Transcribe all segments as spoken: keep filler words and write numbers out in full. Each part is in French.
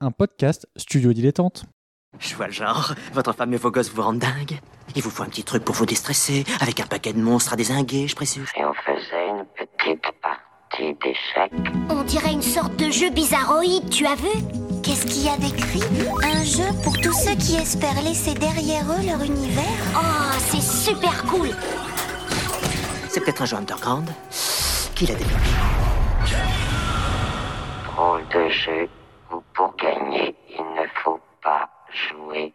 un podcast Studio Dilettante. Je vois le genre. Votre femme et vos gosses vous rendent dingue. Il vous faut un petit truc pour vous déstresser, avec un paquet de monstres à dézinguer, je précise. Et on faisait une petite partie d'échecs. On dirait une sorte de jeu bizarroïde, tu as vu? Qu'est-ce qu'il y a d'écrit? Un jeu pour tous ceux qui espèrent laisser derrière eux leur univers? Oh, c'est super cool! C'est peut-être un jeu underground. Qui l'a développé? Drôle de jeu où pour gagner, il ne faut pas jouer.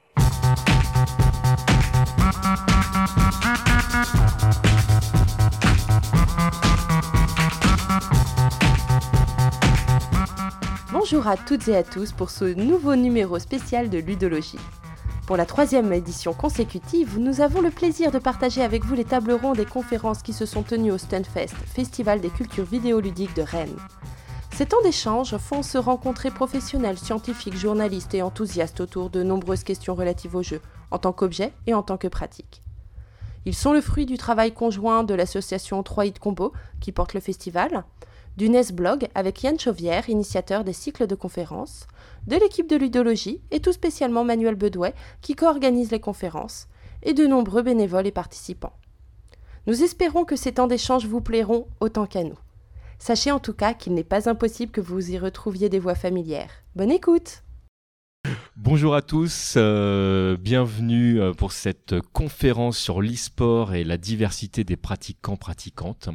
Bonjour à toutes et à tous pour ce nouveau numéro spécial de Ludologie. Pour la troisième édition consécutive, nous avons le plaisir de partager avec vous les tables rondes et conférences qui se sont tenues au Stunfest, Festival des cultures vidéoludiques de Rennes. Ces temps d'échange font se rencontrer professionnels, scientifiques, journalistes et enthousiastes autour de nombreuses questions relatives au jeu, en tant qu'objet et en tant que pratique. Ils sont le fruit du travail conjoint de l'association trois hit Combo, qui porte le festival, du N E S Blog avec Yann Chauvière, initiateur des cycles de conférences, de l'équipe de Ludologie et tout spécialement Manuel Bedouet qui co-organise les conférences, et de nombreux bénévoles et participants. Nous espérons que ces temps d'échange vous plairont autant qu'à nous. Sachez en tout cas qu'il n'est pas impossible que vous y retrouviez des voix familières. Bonne écoute! Bonjour à tous, euh, bienvenue pour cette conférence sur l'e-sport et la diversité des pratiquants-pratiquantes.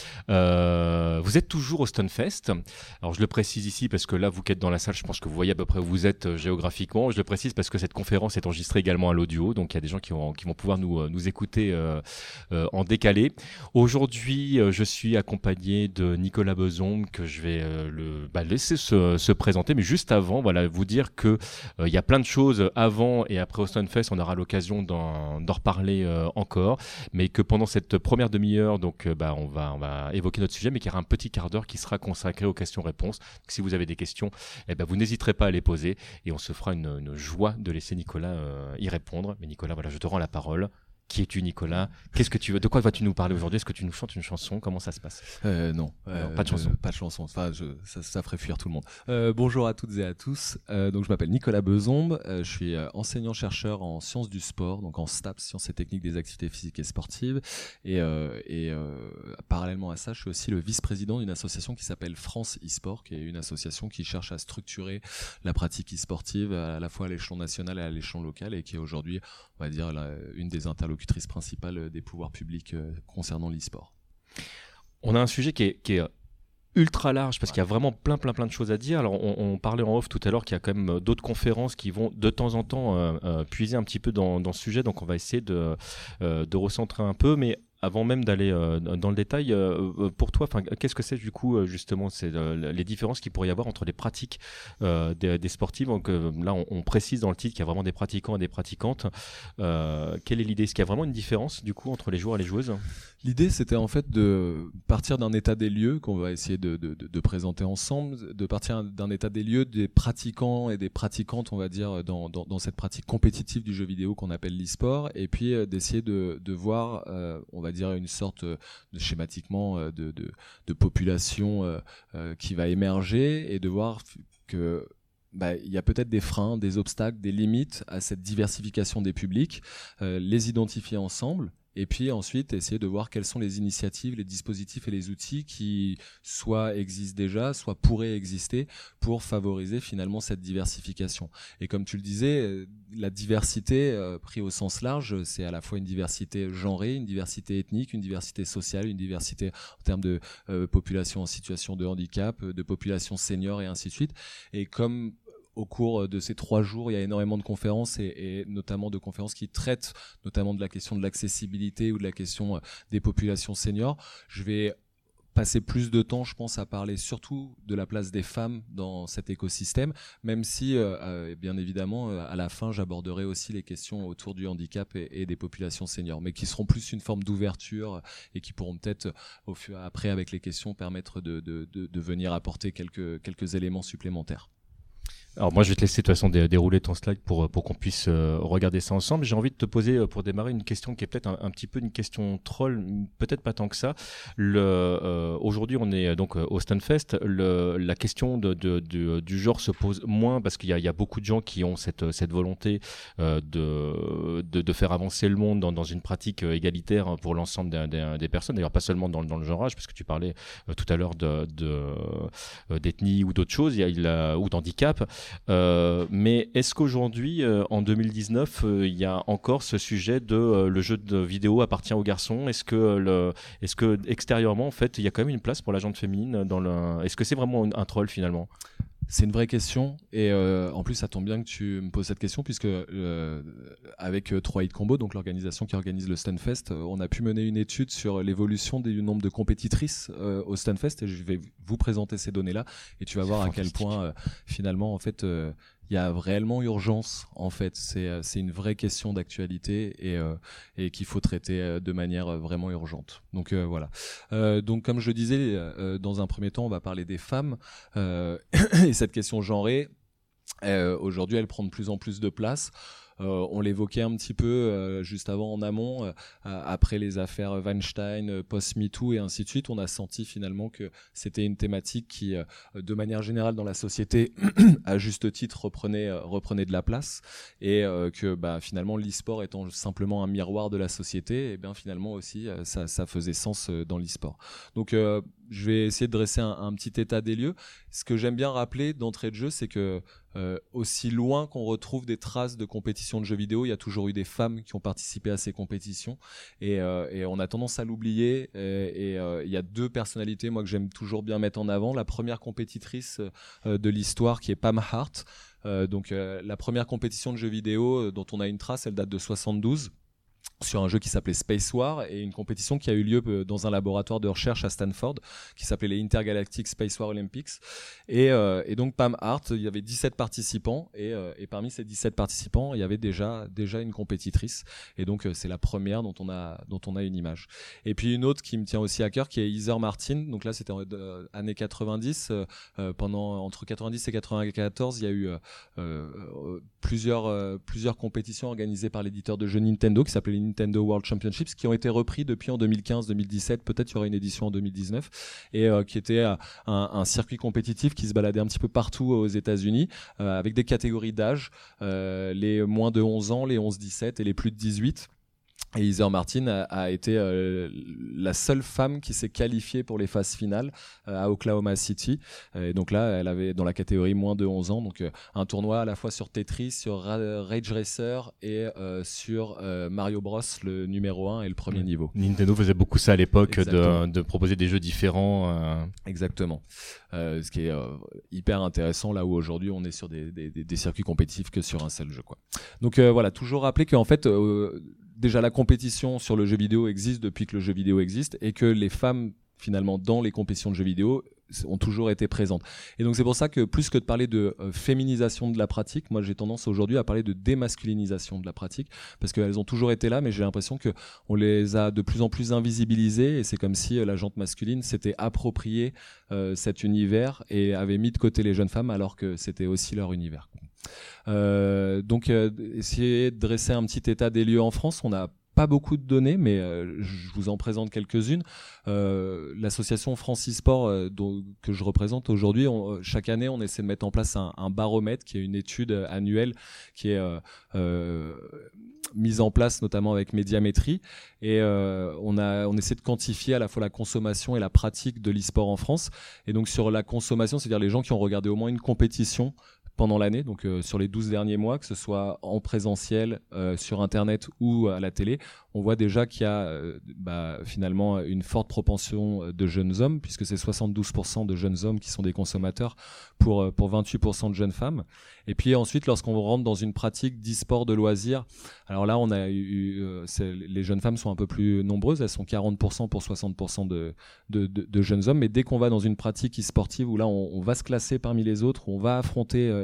Euh, vous êtes toujours au Stunfest. Alors je le précise ici parce que là vous qui êtes dans la salle, je pense que vous voyez à peu près où vous êtes géographiquement. Je le précise parce que cette conférence est enregistrée également à l'audio, donc il y a des gens qui vont, qui vont pouvoir nous, nous écouter euh, euh, en décalé. Aujourd'hui, je suis accompagné de Nicolas Bezombe que je vais euh, le, bah, laisser se, se présenter, mais juste avant, voilà, vous dire que il euh, y a plein de choses avant et après au Stunfest, on aura l'occasion d'en, d'en reparler euh, encore, mais que pendant cette première demi-heure, donc euh, bah, on va, on va évoquer notre sujet, mais qu'il y aura un petit quart d'heure qui sera consacré aux questions-réponses. Donc, si vous avez des questions, eh ben, vous n'hésiterez pas à les poser et on se fera une, une joie de laisser Nicolas euh, y répondre. Mais Nicolas, voilà, je te rends la parole. Qui es-tu, Nicolas? Qu'est-ce que tu veux? De quoi vas-tu nous parler aujourd'hui? Est-ce que tu nous chantes une chanson? Comment ça se passe? euh, Non, euh, non, pas de chanson. Euh, pas de chanson. Enfin, je, ça, ça ferait fuir tout le monde. Euh, bonjour à toutes et à tous. Euh, donc, je m'appelle Nicolas Bezombe. Euh, je suis euh, enseignant-chercheur en sciences du sport, donc en STAPS, sciences et techniques des activités physiques et sportives. Et, euh, et euh, parallèlement à ça, je suis aussi le vice-président d'une association qui s'appelle France e-sport, qui est une association qui cherche à structurer la pratique e-sportive à la fois à l'échelon national et à l'échelon local, et qui est aujourd'hui, on va dire, la, une des interlocutrices principales des pouvoirs publics euh, concernant l'e-sport. On a un sujet qui est, qui est ultra large parce ouais. qu'il y a vraiment plein plein plein de choses à dire. Alors on, on parlait en off tout à l'heure qu'il y a quand même d'autres conférences qui vont de temps en temps euh, euh, puiser un petit peu dans, dans ce sujet, donc on va essayer de, euh, de recentrer un peu, mais avant même d'aller euh, dans le détail, euh, pour toi, qu'est-ce que c'est du coup justement c'est, euh, les différences qu'il pourrait y avoir entre les pratiques euh, des, des sportifs? Donc euh, là, on, on précise dans le titre qu'il y a vraiment des pratiquants et des pratiquantes. Euh, quelle est l'idée? Est-ce qu'il y a vraiment une différence du coup entre les joueurs et les joueuses? L'idée, c'était en fait de partir d'un état des lieux qu'on va essayer de, de, de, de présenter ensemble, de partir d'un état des lieux des pratiquants et des pratiquantes, on va dire, dans, dans, dans cette pratique compétitive du jeu vidéo qu'on appelle l'e-sport, et puis euh, d'essayer de, de voir, euh, on va dire, une sorte de schématiquement euh, de, de, de population euh, euh, qui va émerger, et de voir que bah, il y a peut-être des freins, des obstacles, des limites à cette diversification des publics, euh, les identifier ensemble. Et puis ensuite, essayer de voir quelles sont les initiatives, les dispositifs et les outils qui soit existent déjà, soit pourraient exister pour favoriser finalement cette diversification. Et comme tu le disais, la diversité, euh, pris au sens large, c'est à la fois une diversité genrée, une diversité ethnique, une diversité sociale, une diversité en termes de euh, population en situation de handicap, de population senior et ainsi de suite. Et comme au cours de ces trois jours, il y a énormément de conférences, et, et notamment de conférences qui traitent notamment de la question de l'accessibilité ou de la question des populations seniors. Je vais passer plus de temps, je pense, à parler surtout de la place des femmes dans cet écosystème, même si, euh, bien évidemment, à la fin, j'aborderai aussi les questions autour du handicap et, et des populations seniors, mais qui seront plus une forme d'ouverture et qui pourront peut-être, au fur, après, avec les questions, permettre de, de, de, de venir apporter quelques, quelques éléments supplémentaires. Alors moi je vais te laisser de toute façon dé- dérouler ton slide pour, pour qu'on puisse euh, regarder ça ensemble. J'ai envie de te poser euh, pour démarrer une question qui est peut-être un, un petit peu une question troll, peut-être pas tant que ça. Le, euh, aujourd'hui on est donc au Stunfest. Le, la question de, de, de, du genre se pose moins parce qu'il y a, il y a beaucoup de gens qui ont cette, cette volonté euh, de, de, de faire avancer le monde dans, dans une pratique égalitaire pour l'ensemble des, des, des personnes. D'ailleurs pas seulement dans, dans le genre âge, parce que tu parlais euh, tout à l'heure de, de, euh, d'ethnie ou d'autres choses, il y a, il a, ou d'handicap. Euh, mais est-ce qu'aujourd'hui, euh, en deux mille dix-neuf, euh, il y a encore ce sujet de euh, le jeu de vidéo appartient aux garçons? Est-ce que, euh, le, est-ce que extérieurement, en fait, il y a quand même une place pour la gente féminine dans le... Est-ce que c'est vraiment un, un troll finalement? C'est une vraie question et euh, en plus ça tombe bien que tu me poses cette question puisque euh, avec euh, trois hit combo, donc l'organisation qui organise le Stunfest, euh, on a pu mener une étude sur l'évolution du nombre de compétitrices euh, au Stunfest et je vais vous présenter ces données-là et tu vas C'est voir fantastique. à quel point euh, finalement en fait euh, il y a réellement urgence en fait, c'est euh, c'est une vraie question d'actualité et euh, et qu'il faut traiter euh, de manière euh, vraiment urgente. Donc euh, voilà. Euh, donc comme je le disais, euh, dans un premier temps, on va parler des femmes euh, et cette question genrée. Euh, aujourd'hui, elle prend de plus en plus de place. Euh, on l'évoquait un petit peu euh, juste avant en amont, euh, après les affaires Weinstein, euh, post-MeToo et ainsi de suite. On a senti finalement que c'était une thématique qui, euh, de manière générale dans la société, à juste titre, reprenait, euh, reprenait de la place et euh, que bah, finalement l'e-sport étant simplement un miroir de la société, et bien finalement aussi euh, ça, ça faisait sens euh, dans l'e-sport. Donc euh, je vais essayer de dresser un, un petit état des lieux. Ce que j'aime bien rappeler d'entrée de jeu, c'est que Euh, aussi loin qu'on retrouve des traces de compétitions de jeux vidéo, il y a toujours eu des femmes qui ont participé à ces compétitions et, euh, et on a tendance à l'oublier et, et euh, il y a deux personnalités moi que j'aime toujours bien mettre en avant. La première compétitrice euh, de l'histoire qui est Pam Hart, euh, donc euh, la première compétition de jeux vidéo euh, dont on a une trace, elle date de soixante-douze sur un jeu qui s'appelait Space War et une compétition qui a eu lieu dans un laboratoire de recherche à Stanford qui s'appelait les Intergalactic Space War Olympics et, euh, et donc Pam Hart, il y avait dix-sept participants et, euh, et parmi ces dix-sept participants il y avait déjà, déjà une compétitrice et donc euh, c'est la première dont on, a, dont on a une image. Et puis une autre qui me tient aussi à cœur qui est Heather Martin, donc là c'était en euh, années quatre-vingt-dix, euh, pendant, entre quatre-vingt-dix et quatre-vingt-quatorze il y a eu euh, euh, plusieurs, euh, plusieurs compétitions organisées par l'éditeur de jeux Nintendo qui s'appelait les Nintendo World Championships qui ont été repris depuis en deux mille quinze deux mille dix-sept, peut-être il y aura une édition en deux mille dix-neuf et euh, qui était euh, un, un circuit compétitif qui se baladait un petit peu partout aux États-Unis euh, avec des catégories d'âge, euh, les moins de onze ans, les onze dix-sept et les plus de dix-huit. Et Heather Martin a, a été euh, la seule femme qui s'est qualifiée pour les phases finales euh, à Oklahoma City. Et donc là, elle avait dans la catégorie moins de onze ans, donc euh, un tournoi à la fois sur Tetris, sur Ra- Rage Racer et euh, sur euh, Mario Bros, le numéro un et le premier mmh. niveau. Nintendo faisait beaucoup ça à l'époque, de, de proposer des jeux différents. Euh... Exactement. Euh, ce qui est euh, hyper intéressant là où aujourd'hui on est sur des, des, des circuits compétitifs que sur un seul jeu, quoi. Donc euh, voilà, toujours rappeler qu'en fait... Euh, déjà la compétition sur le jeu vidéo existe depuis que le jeu vidéo existe et que les femmes finalement dans les compétitions de jeux vidéo ont toujours été présentes. Et donc c'est pour ça que plus que de parler de euh, féminisation de la pratique, moi j'ai tendance aujourd'hui à parler de démasculinisation de la pratique parce qu'elles ont toujours été là mais j'ai l'impression que on les a de plus en plus invisibilisées et c'est comme si euh, la gente masculine s'était approprié euh, cet univers et avait mis de côté les jeunes femmes alors que c'était aussi leur univers. Euh, donc euh, essayer de dresser un petit état des lieux en France, on a pas beaucoup de données, mais euh, je vous en présente quelques-unes. Euh, l'association France e-sport euh, dont, que je représente aujourd'hui, on, chaque année, on essaie de mettre en place un, un baromètre qui est une étude annuelle qui est euh, euh, mise en place notamment avec Médiamétrie. Et euh, on, a, on essaie de quantifier à la fois la consommation et la pratique de l'e-sport en France. Et donc sur la consommation, c'est-à-dire les gens qui ont regardé au moins une compétition pendant l'année, donc euh, sur les douze derniers mois, que ce soit en présentiel, euh, sur Internet ou à la télé, on voit déjà qu'il y a euh, bah, finalement une forte propension de jeunes hommes, puisque c'est soixante-douze pour cent de jeunes hommes qui sont des consommateurs pour, pour vingt-huit pour cent de jeunes femmes. Et puis ensuite, lorsqu'on rentre dans une pratique d'e-sport de loisirs, alors là, on a eu, euh, c'est, les jeunes femmes sont un peu plus nombreuses, elles sont quarante pour cent pour soixante pour cent de, de, de, de jeunes hommes, mais dès qu'on va dans une pratique e-sportive où là, on, on va se classer parmi les autres, on va affronter euh,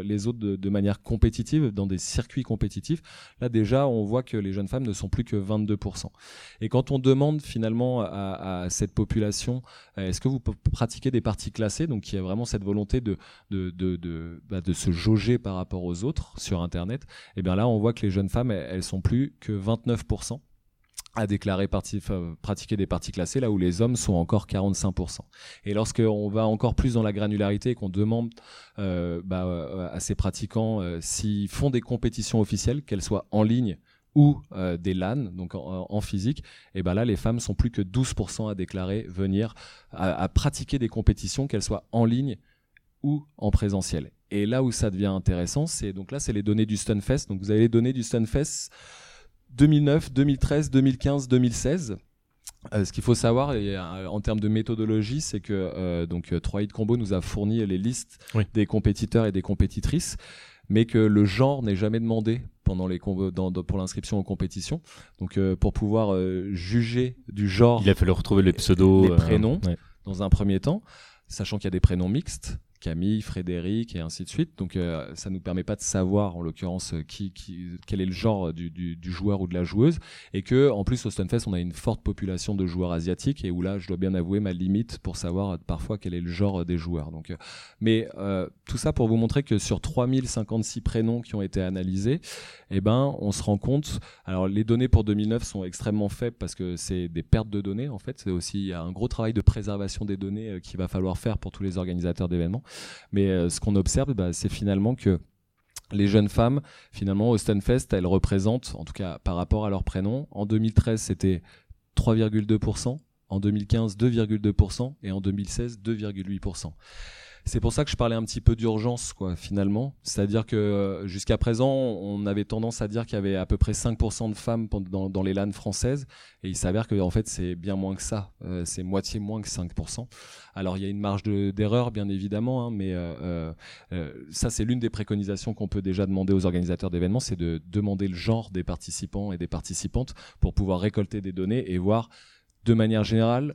euh, les autres de, de manière compétitive, dans des circuits compétitifs, là déjà on voit que les jeunes femmes ne sont plus que vingt-deux pour cent. Et quand on demande finalement à, à cette population, euh, est-ce que vous pratiquez des parties classées, donc il y a vraiment cette volonté de, de, de, de, bah, de se jauger par rapport aux autres sur Internet, et bien là on voit que les jeunes femmes, elles, elles sont plus que vingt-neuf pour cent à déclarer partie, enfin, pratiquer des parties classées, là où les hommes sont encore quarante-cinq pour cent. Et lorsqu'on va encore plus dans la granularité et qu'on demande euh, bah, à ces pratiquants euh, s'ils font des compétitions officielles, qu'elles soient en ligne ou euh, des LAN, donc en, en physique, et ben là les femmes sont plus que douze pour cent à déclarer venir à, à pratiquer des compétitions, qu'elles soient en ligne ou en présentiel. Et là où ça devient intéressant, c'est donc là c'est les données du Stunfest. Donc vous avez les données du Stunfest deux mille neuf, deux mille treize, deux mille quinze, deux mille seize. Euh, ce qu'il faut savoir et, euh, en termes de méthodologie, c'est que euh, donc trois hit Combo nous a fourni les listes oui. des compétiteurs et des compétitrices, mais que le genre n'est jamais demandé pendant les com- dans, dans, pour l'inscription aux compétitions. Donc euh, pour pouvoir euh, juger du genre, il a fallu retrouver les pseudos, les prénoms euh, ouais. dans un premier temps, sachant qu'il y a des prénoms mixtes. Camille, Frédéric et ainsi de suite. Donc euh, ça nous permet pas de savoir en l'occurrence qui, qui, quel est le genre du, du, du joueur ou de la joueuse, et que en plus au Stunfest on a une forte population de joueurs asiatiques, et où là je dois bien avouer ma limite pour savoir parfois quel est le genre des joueurs. Donc, euh, mais euh, tout ça pour vous montrer que sur trois mille cinquante-six prénoms qui ont été analysés, eh ben on se rend compte. Alors les données pour deux mille neuf sont extrêmement faibles parce que c'est des pertes de données en fait. C'est aussi il y a un gros travail de préservation des données euh, qu'il va falloir faire pour tous les organisateurs d'événements. Mais euh, ce qu'on observe, bah, c'est finalement que les jeunes femmes, finalement, au Stunfest, elles représentent, en tout cas par rapport à leur prénom, en deux mille treize, c'était trois virgule deux pour cent, en deux mille quinze, deux virgule deux pour cent, et en deux mille seize, deux virgule huit pour cent. C'est pour ça que je parlais un petit peu d'urgence, quoi, finalement. C'est-à-dire que euh, jusqu'à présent, on avait tendance à dire qu'il y avait à peu près cinq pour cent de femmes dans, dans les LAN françaises, et il s'avère que en fait, c'est bien moins que ça. Euh, c'est moitié moins que cinq pour cent. Alors, il y a une marge de, d'erreur, bien évidemment, hein, mais euh, euh, ça, c'est l'une des préconisations qu'on peut déjà demander aux organisateurs d'événements, c'est de demander le genre des participants et des participantes pour pouvoir récolter des données et voir, de manière générale,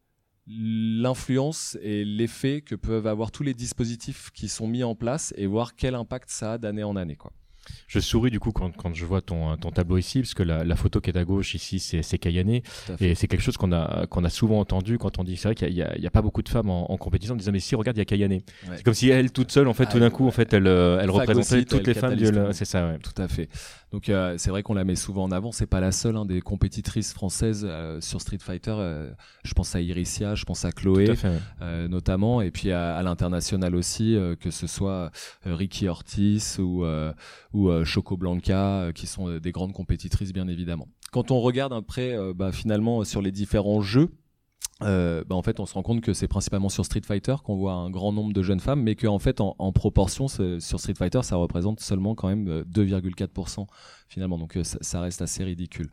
l'influence et l'effet que peuvent avoir tous les dispositifs qui sont mis en place et voir quel impact ça a d'année en année, quoi. Je souris du coup quand, quand je vois ton, ton tableau ici, parce que la, la photo qui est à gauche ici, c'est, c'est Kayane, et c'est quelque chose qu'on a, qu'on a souvent entendu quand on dit, c'est vrai qu'il n'y a, a, a pas beaucoup de femmes en, en compétition, en disant mais si, regarde, il y a Kayane. Ouais. C'est comme si elle toute seule, en fait, ah, tout d'un coup, en fait, elle, elle représentait toutes les femmes. Du, c'est ça, ouais. Tout à fait. Donc euh, c'est vrai qu'on la met souvent en avant. C'est pas la seule hein, des compétitrices françaises euh, sur Street Fighter. Euh, je pense à Iricia, je pense à Chloé, tout à fait, ouais. euh, notamment, et puis à, à l'international aussi, euh, que ce soit euh, Ricky Ortiz ou euh, ou euh, Choco Blanca, euh, qui sont euh, des grandes compétitrices bien évidemment. Quand on regarde après, euh, bah, finalement sur les différents jeux. Euh, bah en fait on se rend compte que c'est principalement sur Street Fighter qu'on voit un grand nombre de jeunes femmes, mais qu'en fait en, en proportion sur Street Fighter ça représente seulement quand même deux virgule quatre pour cent finalement, donc ça, ça reste assez ridicule.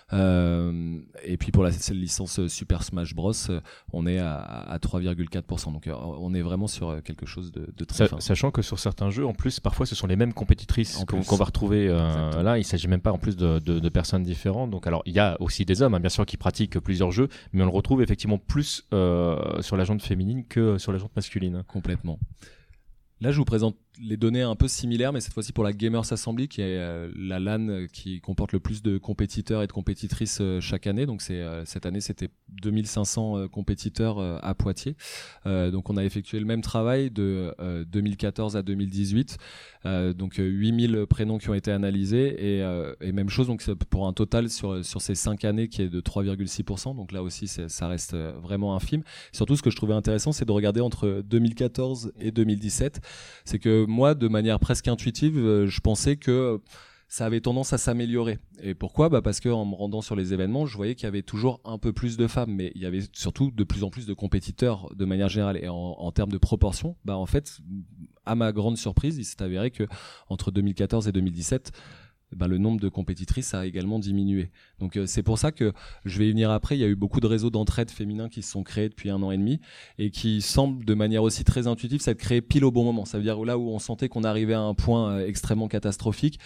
Euh, et puis pour la licence Super Smash Bros on est à, à trois virgule quatre pour cent, donc on est vraiment sur quelque chose de, de très Sa, fin. Sachant que sur certains jeux en plus parfois ce sont les mêmes compétitrices qu'on, qu'on va retrouver euh, là, il s'agit même pas en plus de, de, de personnes différentes, donc alors il y a aussi des hommes hein, bien sûr qui pratiquent plusieurs jeux, mais on le retrouve effectivement plus euh, sur la jante féminine que sur la jante masculine. Complètement. Là, je vous présente les données un peu similaires, mais cette fois-ci pour la Gamers Assembly, qui est euh, la LAN qui comporte le plus de compétiteurs et de compétitrices euh, chaque année. Donc c'est euh, cette année, c'était deux mille cinq cents euh, compétiteurs euh, à Poitiers. Euh, donc on a effectué le même travail de euh, deux mille quatorze à deux mille dix-huit. Euh, donc euh, huit mille prénoms qui ont été analysés et, euh, et même chose donc pour un total sur sur ces cinq années qui est de trois virgule six pour cent. Donc là aussi, c'est, ça reste vraiment infime. Surtout, ce que je trouvais intéressant, c'est de regarder entre deux mille quatorze et deux mille dix-sept. C'est que moi, de manière presque intuitive, je pensais que ça avait tendance à s'améliorer. Et pourquoi ? Bah parce que en me rendant sur les événements, je voyais qu'il y avait toujours un peu plus de femmes, mais il y avait surtout de plus en plus de compétiteurs de manière générale. Et en, en termes de proportion, bah en fait, à ma grande surprise, il s'est avéré que entre deux mille quatorze et deux mille dix-sept, ben, le nombre de compétitrices a également diminué. Donc euh, c'est pour ça que je vais y venir après. Il y a eu beaucoup de réseaux d'entraide féminins qui se sont créés depuis un an et demi et qui semblent de manière aussi très intuitive s'être créés pile au bon moment. Ça veut dire là où on sentait qu'on arrivait à un point euh, extrêmement catastrophique.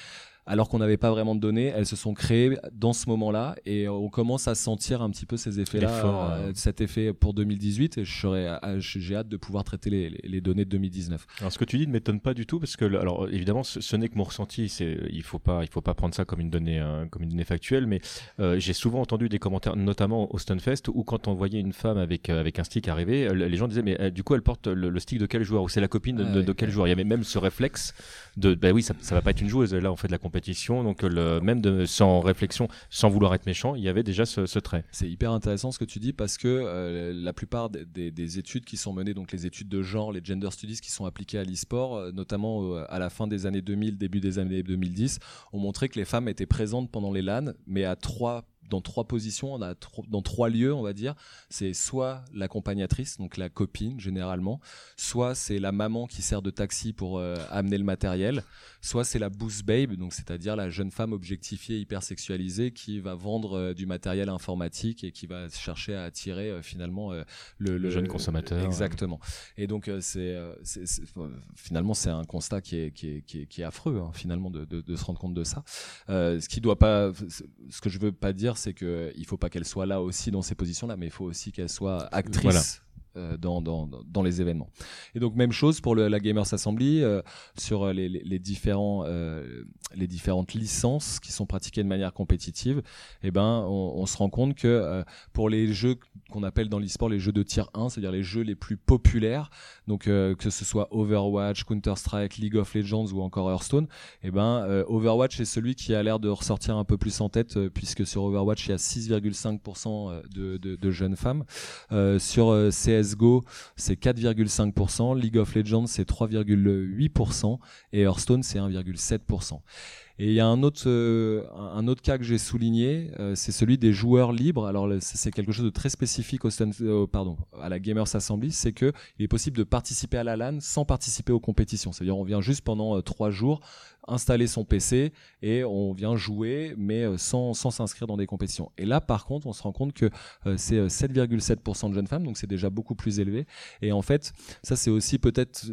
alors qu'on n'avait pas vraiment de données, elles se sont créées dans ce moment-là et on commence à sentir un petit peu ces effets-là, euh, cet effet pour deux mille dix-huit et je serais, j'ai hâte de pouvoir traiter les, les données de deux mille dix-neuf. Alors ce que tu dis ne m'étonne pas du tout parce que alors évidemment ce, ce n'est que mon ressenti, c'est il faut pas il faut pas prendre ça comme une donnée euh, comme une donnée factuelle, mais euh, j'ai souvent entendu des commentaires, notamment au Stunfest, où quand on voyait une femme avec euh, avec un stick arriver, euh, les gens disaient mais euh, du coup elle porte le, le stick de quel joueur ou c'est la copine de, ah, de, de quel ouais. joueur. Il y avait même ce réflexe de bah oui ça ça va pas être une joueuse, là on fait de la compétition, donc le, même de, sans réflexion, sans vouloir être méchant, il y avait déjà ce, ce trait. C'est hyper intéressant ce que tu dis parce que euh, la plupart des, des, des études qui sont menées, donc les études de genre, les gender studies qui sont appliquées à l'e-sport, euh, notamment euh, à la fin des années deux mille, début des années deux mille dix, ont montré que les femmes étaient présentes pendant les LAN, mais à trois dans trois positions, on a tro- dans trois lieux, on va dire. C'est soit l'accompagnatrice, donc la copine généralement, soit c'est la maman qui sert de taxi pour euh, amener le matériel, soit c'est la boost babe, donc c'est-à-dire la jeune femme objectifiée, hyper sexualisée qui va vendre euh, du matériel informatique et qui va chercher à attirer euh, finalement euh, le, le, le jeune consommateur. Exactement. Ouais. Et donc euh, c'est, euh, c'est, c'est euh, finalement c'est un constat qui est qui est qui est, qui est affreux hein, finalement de, de de se rendre compte de ça. Euh, ce qui doit pas, ce que je veux pas dire, c'est que il faut pas qu'elle soit là aussi dans ces positions-là, mais il faut aussi qu'elle soit actrice. Voilà. Euh, dans, dans, dans les événements. Et donc même chose pour le, la Gamers Assembly euh, sur les, les, les différents euh, les différentes licences qui sont pratiquées de manière compétitive. Et ben on, on se rend compte que euh, pour les jeux qu'on appelle dans l'e-sport les jeux de tier un, c'est-à-dire les jeux les plus populaires, donc euh, que ce soit Overwatch, Counter-Strike, League of Legends ou encore Hearthstone, et ben euh, Overwatch est celui qui a l'air de ressortir un peu plus en tête euh, puisque sur Overwatch il y a six virgule cinq pour cent de, de, de jeunes femmes. Euh, sur euh, C S C S G O, c'est quatre virgule cinq pour cent, League of Legends, c'est trois virgule huit pour cent et Hearthstone, c'est un virgule sept pour cent. Et il y a un autre, euh, un autre cas que j'ai souligné, euh, c'est celui des joueurs libres. Alors c'est quelque chose de très spécifique au Stand, euh, pardon, à la Gamers Assembly, c'est que il est possible de participer à la LAN sans participer aux compétitions. C'est-à-dire on vient juste pendant euh, trois jours installer son P C et on vient jouer, mais euh, sans sans s'inscrire dans des compétitions. Et là, par contre, on se rend compte que euh, c'est sept virgule sept pour cent de jeunes femmes, donc c'est déjà beaucoup plus élevé. Et en fait, ça c'est aussi peut-être,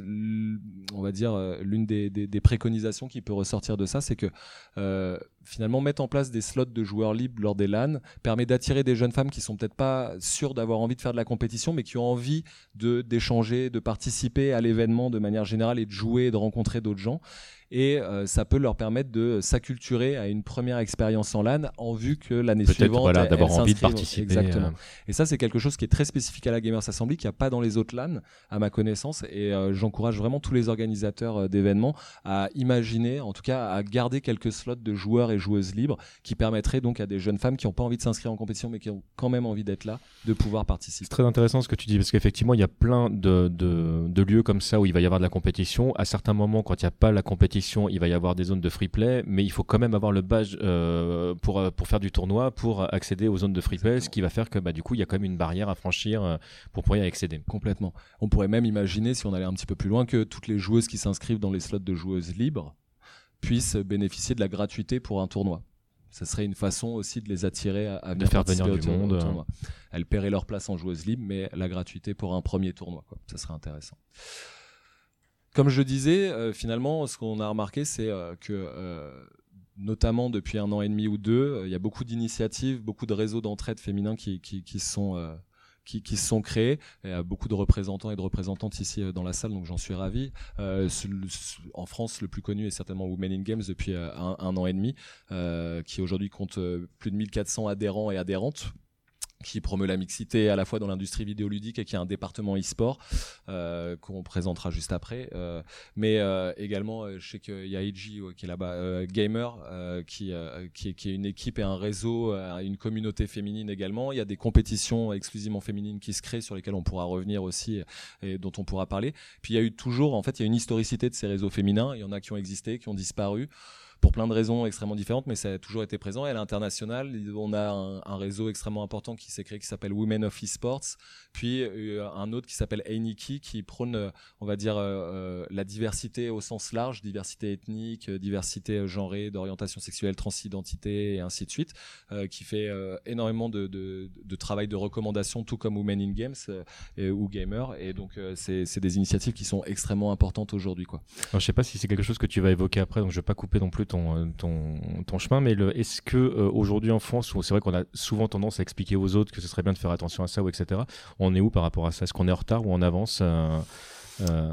on va dire, l'une des, des, des préconisations qui peut ressortir de ça, c'est que Euh, finalement mettre en place des slots de joueurs libres lors des LAN permet d'attirer des jeunes femmes qui sont peut-être pas sûres d'avoir envie de faire de la compétition mais qui ont envie de d'échanger, de participer à l'événement de manière générale et de jouer et de rencontrer d'autres gens. Et euh, ça peut leur permettre de s'acculturer à une première expérience en LAN en vue que l'année peut-être, suivante voilà, elle, d'avoir elle envie de participer. Exactement. Euh... Et ça c'est quelque chose qui est très spécifique à la Gamers Assembly, qu'il n'y a pas dans les autres LAN à ma connaissance. Et euh, j'encourage vraiment tous les organisateurs euh, d'événements à imaginer, en tout cas à garder quelques slots de joueurs et joueuses libres qui permettraient donc à des jeunes femmes qui n'ont pas envie de s'inscrire en compétition mais qui ont quand même envie d'être là, de pouvoir participer. C'est très intéressant ce que tu dis parce qu'effectivement il y a plein de, de, de lieux comme ça où il va y avoir de la compétition. À certains moments quand il n'y a pas la compétition, il va y avoir des zones de free play, mais il faut quand même avoir le badge euh, pour, pour faire du tournoi, pour accéder aux zones de free play. Exactement. Ce qui va faire que bah, du coup il y a quand même une barrière à franchir euh, pour pouvoir y accéder. Complètement. On pourrait même imaginer, si on allait un petit peu plus loin, que toutes les joueuses qui s'inscrivent dans les slots de joueuses libres puissent bénéficier de la gratuité pour un tournoi. Ça serait une façon aussi de les attirer à, à venir de faire venir du au, monde. Au tournoi. Elles paieraient leur place en joueuse libre, mais la gratuité pour un premier tournoi, quoi. Ça serait intéressant. Comme je disais, euh, finalement, ce qu'on a remarqué, c'est euh, que, euh, notamment depuis un an et demi ou deux, il euh, y a beaucoup d'initiatives, beaucoup de réseaux d'entraide féminins qui, qui, qui sont euh, Qui, qui se sont créés. Il y a beaucoup de représentants et de représentantes ici euh, dans la salle, donc j'en suis ravi. Euh, ce, le, en France, le plus connu est certainement Women in Games depuis euh, un, un an et demi, euh, qui aujourd'hui compte euh, plus de mille quatre cents adhérents et adhérentes, qui promeut la mixité à la fois dans l'industrie vidéoludique et qui a un département e-sport euh, qu'on présentera juste après, euh, mais euh, également euh, je sais qu'il y a I G euh, qui est là-bas, euh, Gamer euh, qui, euh, qui, est, qui est une équipe et un réseau, euh, une communauté féminine également. Il y a des compétitions exclusivement féminines qui se créent sur lesquelles on pourra revenir aussi et dont on pourra parler. Puis il y a eu toujours, en fait, il y a une historicité de ces réseaux féminins. Il y en a qui ont existé, qui ont disparu pour plein de raisons extrêmement différentes, mais ça a toujours été présent. Et à l'international, on a un, un réseau extrêmement important qui s'est créé, qui s'appelle Women of Esports, puis euh, un autre qui s'appelle Einiki, qui prône, euh, on va dire, euh, la diversité au sens large, diversité ethnique, euh, diversité genrée, d'orientation sexuelle, transidentité, et ainsi de suite, euh, qui fait euh, énormément de, de, de travail de recommandation, tout comme Women in Games euh, et, ou Gamer. Et donc, euh, c'est, c'est des initiatives qui sont extrêmement importantes aujourd'hui, quoi. Alors, je sais pas si c'est quelque chose que tu vas évoquer après, donc je vais pas couper non plus ton, ton, ton chemin, mais le, est-ce que euh, aujourd'hui en France, où c'est vrai qu'on a souvent tendance à expliquer aux autres que ce serait bien de faire attention à ça, ou et cetera. On est où par rapport à ça? Est-ce qu'on est en retard ou en avance euh, euh...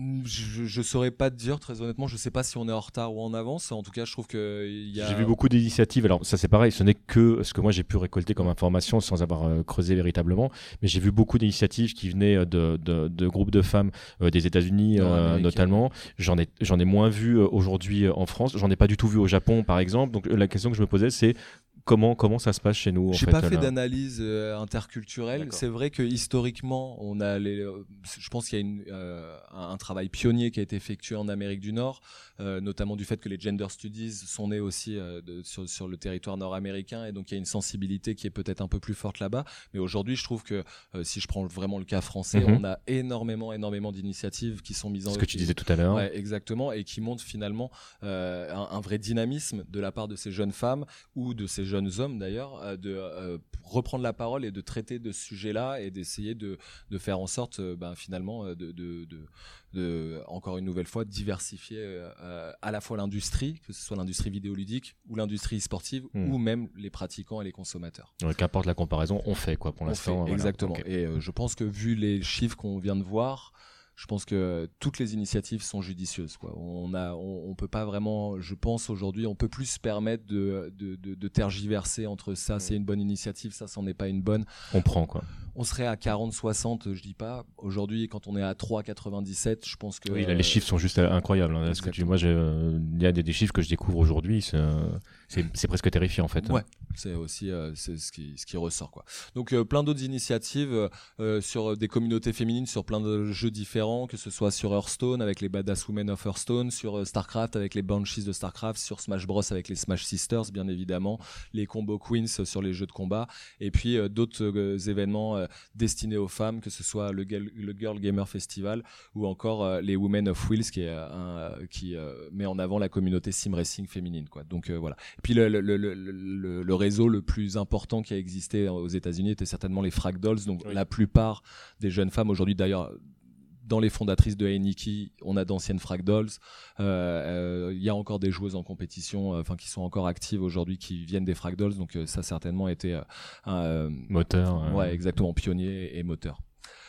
Je, je saurais pas te dire, très honnêtement. Je sais pas si on est en retard ou en avance. En tout cas, je trouve que il y a. J'ai vu beaucoup d'initiatives. Alors ça, c'est pareil. Ce n'est que ce que moi j'ai pu récolter comme information sans avoir euh, creusé véritablement. Mais j'ai vu beaucoup d'initiatives qui venaient de, de, de groupes de femmes euh, des États-Unis euh, notamment. J'en ai j'en ai moins vu euh, aujourd'hui euh, en France. J'en ai pas du tout vu au Japon, par exemple. Donc la question que je me posais, c'est Comment, comment ça se passe chez nous? J'ai fait, pas fait là d'analyse euh, interculturelle. D'accord. C'est vrai que historiquement, on a les, euh, je pense qu'il y a une, euh, un, un travail pionnier qui a été effectué en Amérique du Nord, euh, notamment du fait que les gender studies sont nés aussi euh, de, sur, sur le territoire nord-américain, et donc il y a une sensibilité qui est peut-être un peu plus forte là-bas. Mais aujourd'hui, je trouve que euh, si je prends vraiment le cas français, Mm-hmm. on a énormément, énormément d'initiatives qui sont mises en œuvre. Ce que tu disais tout à l'heure. Ouais, exactement, et qui montrent finalement euh, un, un vrai dynamisme de la part de ces jeunes femmes ou de ces jeunes hommes d'ailleurs, de euh, reprendre la parole et de traiter de ce sujet-là et d'essayer de, de faire en sorte euh, ben, finalement de, de, de, de, encore une nouvelle fois, diversifier euh, à la fois l'industrie, que ce soit l'industrie vidéoludique ou l'industrie sportive, mmh. ou même les pratiquants et les consommateurs. Ouais, qu'importe la comparaison, on fait quoi pour on l'instant. Fait, voilà. Exactement. Okay. Et euh, je pense que vu les chiffres qu'on vient de voir, je pense que toutes les initiatives sont judicieuses, quoi. On a, on, on peut pas vraiment, je pense aujourd'hui, on peut plus se permettre de, de, de, de tergiverser entre ça, mmh. c'est une bonne initiative, ça, c'en est pas une bonne. On prend quoi. On serait à quarante soixante, je dis pas. Aujourd'hui, quand on est à trois quatre-vingt-dix-sept, je pense que. Oui, là, les chiffres sont juste incroyables. Hein. Ce que tu, moi, il euh, y a des, des chiffres que je découvre aujourd'hui, c'est, c'est, c'est presque terrifiant en fait. Ouais, c'est aussi euh, c'est ce qui, ce qui ressort, quoi. Donc, euh, plein d'autres initiatives euh, sur des communautés féminines, sur plein de jeux différents, que ce soit sur Hearthstone avec les Badass Women of Hearthstone, sur euh, Starcraft avec les Banshees de Starcraft, sur Smash Bros avec les Smash Sisters, bien évidemment, les Combo Queens sur les jeux de combat, et puis euh, d'autres euh, événements euh, destinés aux femmes, que ce soit le, le Girl Gamer Festival ou encore euh, les Women of Wheels, qui, est, un, qui euh, met en avant la communauté sim racing féminine, quoi. Donc euh, voilà. Et puis le, le, le, le, le réseau le plus important qui a existé aux États-Unis était certainement les Frag Dolls. Donc oui. La plupart des jeunes femmes aujourd'hui, d'ailleurs, dans les fondatrices de Hey Nikki, on a d'anciennes Frag Dolls. Il euh, euh, y a encore des joueuses en compétition, enfin euh, qui sont encore actives aujourd'hui, qui viennent des Frag Dolls. Donc euh, ça a certainement été euh, un euh, moteur. Ouais, ouais, exactement, pionnier et moteur.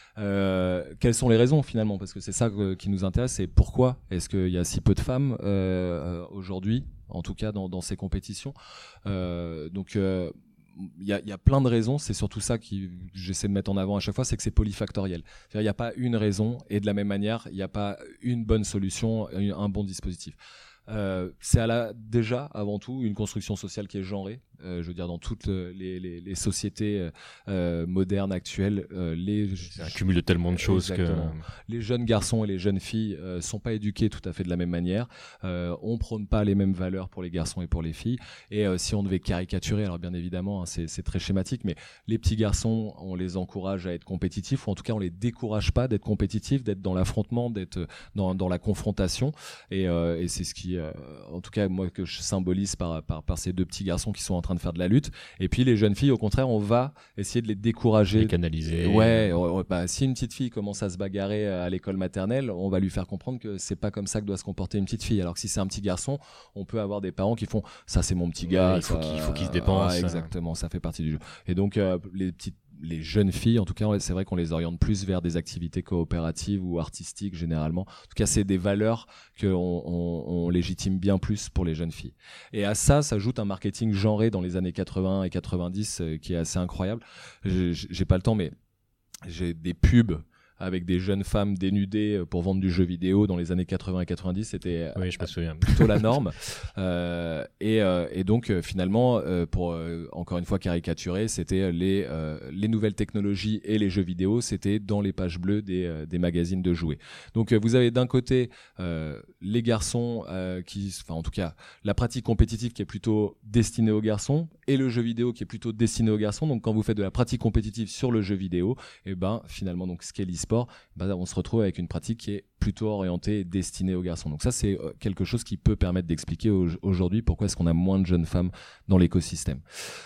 Euh, quelles sont les raisons finalement? Parce que c'est ça que, qui nous intéresse, c'est pourquoi est-ce qu'il y a si peu de femmes euh, aujourd'hui, en tout cas dans, dans ces compétitions. Euh, donc euh, il y a, y a plein de raisons, c'est surtout ça que j'essaie de mettre en avant à chaque fois, c'est que c'est polyfactoriel. Il n'y a pas une raison, et de la même manière, il n'y a pas une bonne solution, un bon dispositif. Euh, c'est à la, déjà, avant tout, une construction sociale qui est genrée. Euh, je veux dire, dans toutes les, les, les sociétés euh, modernes actuelles, euh, les c'est un cumul de tellement de choses exactement. que les jeunes garçons et les jeunes filles euh, sont pas éduqués tout à fait de la même manière. Euh, on prône pas les mêmes valeurs pour les garçons et pour les filles. Et euh, si on devait caricaturer, alors bien évidemment, hein, c'est, c'est très schématique, mais les petits garçons, on les encourage à être compétitifs, ou en tout cas, on les décourage pas d'être compétitifs, d'être dans l'affrontement, d'être dans, dans la confrontation. Et, euh, et c'est ce qui, euh, en tout cas, moi que je symbolise par, par, par ces deux petits garçons qui sont en train de faire de la lutte. Et puis les jeunes filles, au contraire, on va essayer de les décourager, les canaliser. Ouais, ouais, bah, si une petite fille commence à se bagarrer à l'école maternelle, on va lui faire comprendre que c'est pas comme ça que doit se comporter une petite fille. Alors que si c'est un petit garçon, on peut avoir des parents qui font ça, c'est mon petit gars, ouais, il faut ça, qu'il il faut qu'il se dépense. Ouais, exactement, ça fait partie du jeu. Et donc euh, les petites les jeunes filles, en tout cas, c'est vrai qu'on les oriente plus vers des activités coopératives ou artistiques généralement. En tout cas, c'est des valeurs qu'on on, on légitime bien plus pour les jeunes filles. Et à ça s'ajoute un marketing genré dans les années quatre-vingts et quatre-vingt-dix euh, qui est assez incroyable. J'ai, j'ai pas le temps, mais j'ai des pubs avec des jeunes femmes dénudées pour vendre du jeu vidéo dans les années quatre-vingts et quatre-vingt-dix, c'était oui, je me souviens. plutôt la norme. Euh, et, euh, et donc euh, finalement, euh, pour euh, encore une fois caricaturer, c'était les euh, les nouvelles technologies et les jeux vidéo, c'était dans les pages bleues des euh, des magazines de jouets. Donc euh, vous avez d'un côté euh, les garçons euh, qui, enfin en tout cas, la pratique compétitive qui est plutôt destinée aux garçons et le jeu vidéo qui est plutôt destiné aux garçons. Donc quand vous faites de la pratique compétitive sur le jeu vidéo, et ben finalement donc ce qu'est l'e-sport, ben, on se retrouve avec une pratique qui est plutôt orientée et destinée aux garçons. Donc ça, c'est quelque chose qui peut permettre d'expliquer au- aujourd'hui pourquoi est-ce qu'on a moins de jeunes femmes dans l'écosystème.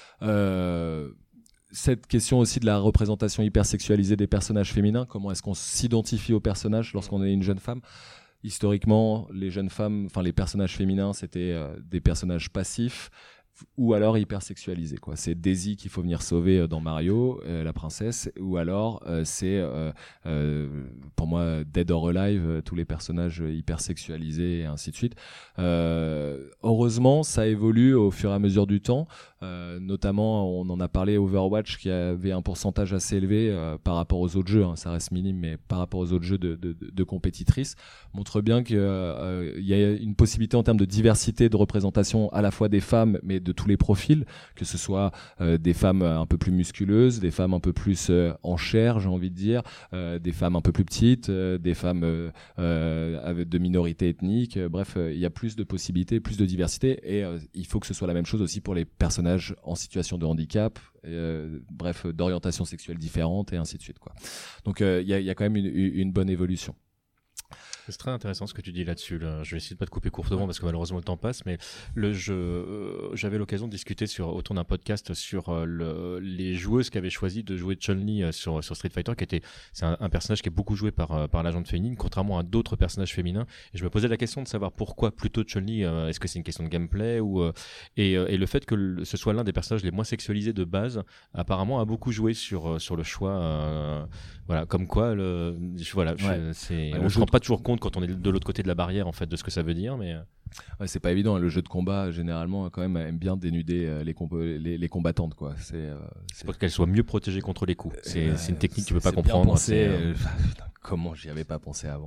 Euh, cette question aussi de la représentation hypersexualisée des personnages féminins, comment est-ce qu'on s'identifie aux personnages lorsqu'on est une jeune femme? historiquement, les jeunes femmes, enfin les personnages féminins, c'était euh, des personnages passifs ou alors hyper sexualisés, quoi. C'est Daisy qu'il faut venir sauver dans Mario, euh, la princesse, ou alors euh, c'est euh, euh, pour moi Dead or Alive, euh, tous les personnages hyper sexualisés et ainsi de suite. Euh, heureusement, ça évolue au fur et à mesure du temps. Euh, notamment, on en a parlé, Overwatch qui avait un pourcentage assez élevé euh, par rapport aux autres jeux, hein, ça reste minime, mais par rapport aux autres jeux de, de, de compétitrices, montre bien qu'il euh, y a une possibilité en termes de diversité de représentation à la fois des femmes, mais de tous les profils, que ce soit euh, des femmes un peu plus musculeuses, des femmes un peu plus euh, en chair, j'ai envie de dire, euh, des femmes un peu plus petites, euh, des femmes euh, euh, avec de minorités ethniques, euh, bref, il euh, y a plus de possibilités, plus de diversité, et euh, il faut que ce soit la même chose aussi pour les personnages en situation de handicap, euh, bref, d'orientation sexuelle différente, et ainsi de suite, quoi. Donc il euh, y, a, y a quand même une, une bonne évolution. C'est très intéressant ce que tu dis là-dessus. Là. Je vais essayer de pas te couper courtement parce que malheureusement le temps passe, mais le jeu, euh, j'avais l'occasion de discuter sur, autour d'un podcast sur euh, le, les joueuses qui avaient choisi de jouer Chun-Li euh, sur, sur Street Fighter, qui était, c'est un, un personnage qui est beaucoup joué par, euh, par l'agente féminine, contrairement à d'autres personnages féminins. Et je me posais la question de savoir pourquoi plutôt Chun-Li, euh, est-ce que c'est une question de gameplay ou, euh, et, euh, et le fait que le, ce soit l'un des personnages les moins sexualisés de base, apparemment a beaucoup joué sur, sur le choix, euh, voilà, comme quoi, le, voilà, ouais. je, c'est, ouais, on ne se rend pas toujours compte quand on est de l'autre côté de la barrière en fait de ce que ça veut dire, mais ouais, c'est pas évident. Le jeu de combat généralement quand même aime bien dénuder euh, les, comp- les, les combattantes, quoi. C'est, euh, c'est... c'est pour qu'elles soient mieux protégées contre les coups. C'est, euh, c'est une technique que tu peux pas c'est comprendre. Bien pensé, c'est, euh... Putain, comment j'y avais pas pensé avant.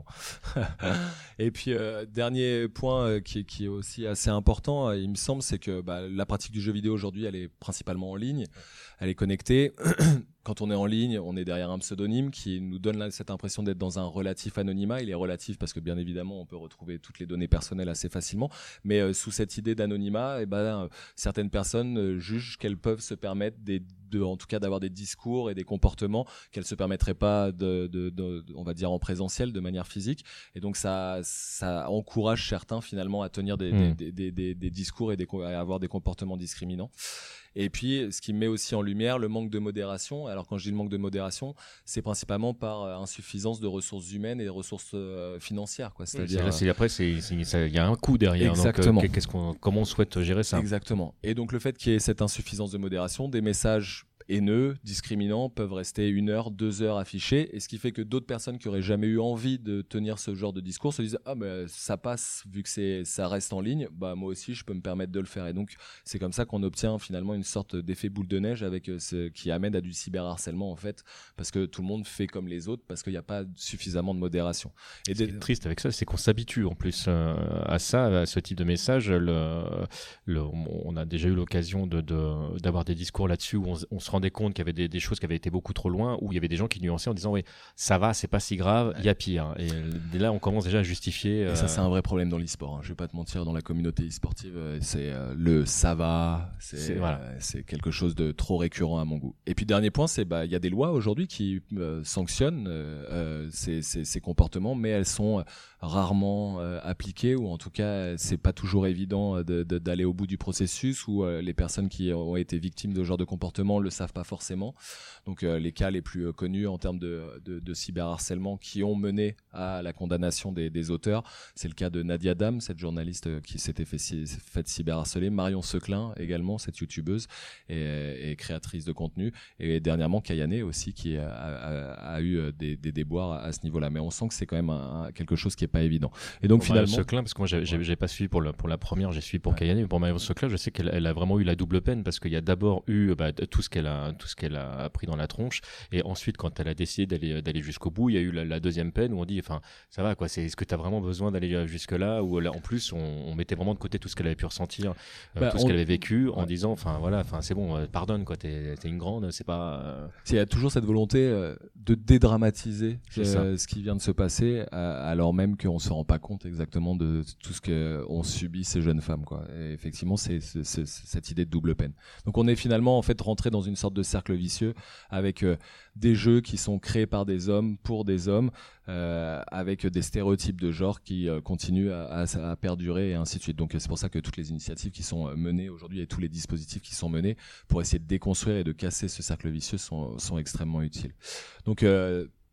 Et puis euh, dernier point euh, qui, qui est aussi assez important, euh, il me semble, c'est que bah, la pratique du jeu vidéo aujourd'hui, elle est principalement en ligne, elle est connectée. Quand on est en ligne, on est derrière un pseudonyme qui nous donne là, cette impression d'être dans un relatif anonymat. Il est relatif parce que bien évidemment, on peut retrouver toutes les données personnelles assez facilement. Mais euh, sous cette idée d'anonymat, eh ben, euh, certaines personnes euh, jugent qu'elles peuvent se permettre des, de, en tout cas d'avoir des discours et des comportements qu'elles se permettraient pas de, de, de, de, on va dire en présentiel, de manière physique. Et donc ça, ça encourage certains finalement à tenir des, mmh. des, des, des, des discours et des, à avoir des comportements discriminants. Et puis, ce qui met aussi en lumière le manque de modération. Alors, quand je dis le manque de modération, c'est principalement par euh, insuffisance de ressources humaines et de ressources euh, financières, quoi. C'est-à-dire, c'est, c'est, après, c'est, c'est, ça, y a un coût derrière. Exactement. Donc, euh, qu'est-ce qu'on, comment on souhaite gérer ça ? Exactement. Et donc, le fait qu'il y ait cette insuffisance de modération, des messages haineux, discriminants peuvent rester une heure, deux heures affichés, et ce qui fait que d'autres personnes qui auraient jamais eu envie de tenir ce genre de discours se disent ah mais ça passe vu que c'est ça reste en ligne, bah moi aussi je peux me permettre de le faire. Et donc c'est comme ça qu'on obtient finalement une sorte d'effet boule de neige avec ce qui amène à du cyberharcèlement en fait, parce que tout le monde fait comme les autres parce qu'il n'y a pas suffisamment de modération. Et ce qui est triste avec ça, c'est qu'on s'habitue en plus euh, à ça, à ce type de message. Le, le, on a déjà eu l'occasion de, de d'avoir des discours là-dessus où on, on se rendait compte qu'il y avait des, des choses qui avaient été beaucoup trop loin, où il y avait des gens qui nuançaient en disant oui ça va, c'est pas si grave, il y a pire. Et dès là on commence déjà à justifier. Et euh... ça c'est un vrai problème dans l'e-sport, hein. Je vais pas te mentir, dans la communauté e-sportive c'est euh, le ça va, c'est, c'est, voilà. euh, c'est quelque chose de trop récurrent à mon goût. Et puis dernier point, c'est bah il y a des lois aujourd'hui qui euh, sanctionnent euh, ces, ces, ces comportements, mais elles sont rarement euh, appliquées, ou en tout cas c'est pas toujours évident de, de, d'aller au bout du processus, où euh, les personnes qui ont été victimes de ce genre de comportement le savent pas forcément. Donc euh, les cas les plus euh, connus en termes de, de, de cyberharcèlement qui ont mené à la condamnation des, des auteurs, c'est le cas de Nadia Dam, cette journaliste qui s'était fait, fait cyberharceler, Marion Seclin également, cette youtubeuse et, et créatrice de contenu, et dernièrement Kayane aussi qui a, a, a eu des, des déboires à ce niveau-là. Mais on sent que c'est quand même un, un, quelque chose qui est pas évident. Et donc pour finalement, Marion Seclin, parce que moi j'ai, j'ai, j'ai pas suivi pour la, pour la première, j'ai suivi pour ouais. Kayane, mais pour Marion Seclin, je sais qu'elle elle a vraiment eu la double peine, parce qu'il y a d'abord eu bah, tout ce qu'elle a, tout ce qu'elle a pris dans la tronche, et ensuite quand elle a décidé d'aller, d'aller jusqu'au bout, il y a eu la, la deuxième peine où on dit, enfin, ça va quoi, c'est, est-ce que t'as vraiment besoin d'aller jusque là, ou là, en plus on, on mettait vraiment de côté tout ce qu'elle avait pu ressentir, euh, bah, tout on... ce qu'elle avait vécu, en ouais. disant, enfin voilà, enfin c'est bon, euh, pardonne quoi, t'es, t'es une grande, c'est pas. Euh... Il y a toujours cette volonté euh, de dédramatiser euh, ce qui vient de se passer, euh, alors même qu'on se rend pas compte exactement de tout ce que ont subi ces jeunes femmes, quoi. Et effectivement, c'est, c'est, c'est, c'est cette idée de double peine. Donc on est finalement en fait rentré dans une sorte de cercle vicieux avec euh, des jeux qui sont créés par des hommes pour des hommes, euh, avec des stéréotypes de genre qui euh, continuent à, à, à perdurer et ainsi de suite. Donc c'est pour ça que toutes les initiatives qui sont menées aujourd'hui et tous les dispositifs qui sont menés pour essayer de déconstruire et de casser ce cercle vicieux sont, sont extrêmement utiles. Donc euh,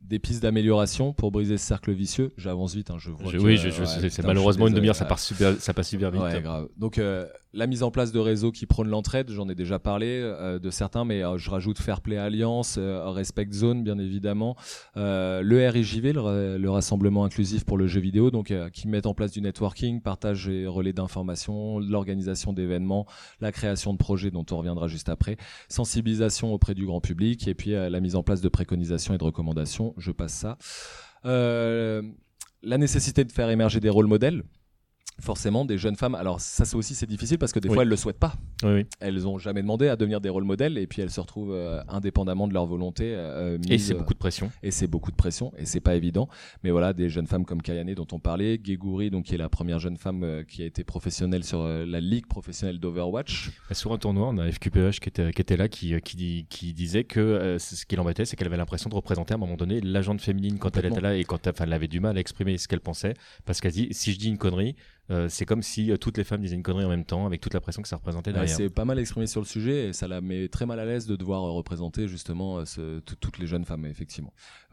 des pistes d'amélioration pour briser ce cercle vicieux. J'avance vite, hein, je vois. Je, que, oui, je, je, ouais, c'est, putain, c'est malheureusement une demi-heure, ça ouais. passe super, ça passe super vite. Ouais, grave. Donc euh, la mise en place de réseaux qui prônent l'entraide, j'en ai déjà parlé euh, de certains, mais euh, je rajoute Fairplay Alliance, euh, Respect Zone, bien évidemment, euh, le R I J V, le, le rassemblement inclusif pour le jeu vidéo, donc euh, qui met en place du networking, partage et relais d'informations, l'organisation d'événements, la création de projets dont on reviendra juste après, sensibilisation auprès du grand public, et puis euh, la mise en place de préconisations et de recommandations. Je passe ça. Euh, la nécessité de faire émerger des rôles modèles. Forcément, des jeunes femmes. Alors ça, c'est aussi c'est difficile parce que des oui. fois elles le souhaitent pas. Oui, oui. Elles ont jamais demandé à devenir des rôles modèles et puis elles se retrouvent euh, indépendamment de leur volonté. Euh, mises, et c'est beaucoup de pression. Et c'est beaucoup de pression et c'est pas évident. Mais voilà, des jeunes femmes comme Kayane dont on parlait, Geguri, donc qui est la première jeune femme euh, qui a été professionnelle sur euh, la ligue professionnelle d'Overwatch. Et sur un tournoi, on a F Q P H qui était qui était là, qui qui qui disait que euh, ce qui l'embêtait, c'est qu'elle avait l'impression de représenter à un moment donné l'agente féminine quand elle était là et quand enfin, elle avait du mal à exprimer ce qu'elle pensait parce qu'elle dit si je dis une connerie. Euh, c'est comme si euh, toutes les femmes disaient une connerie en même temps avec toute la pression que ça représentait derrière. Ouais, c'est pas mal exprimé sur le sujet et ça la met très mal à l'aise de devoir euh, représenter justement euh, ce, t- toutes les jeunes femmes effectivement.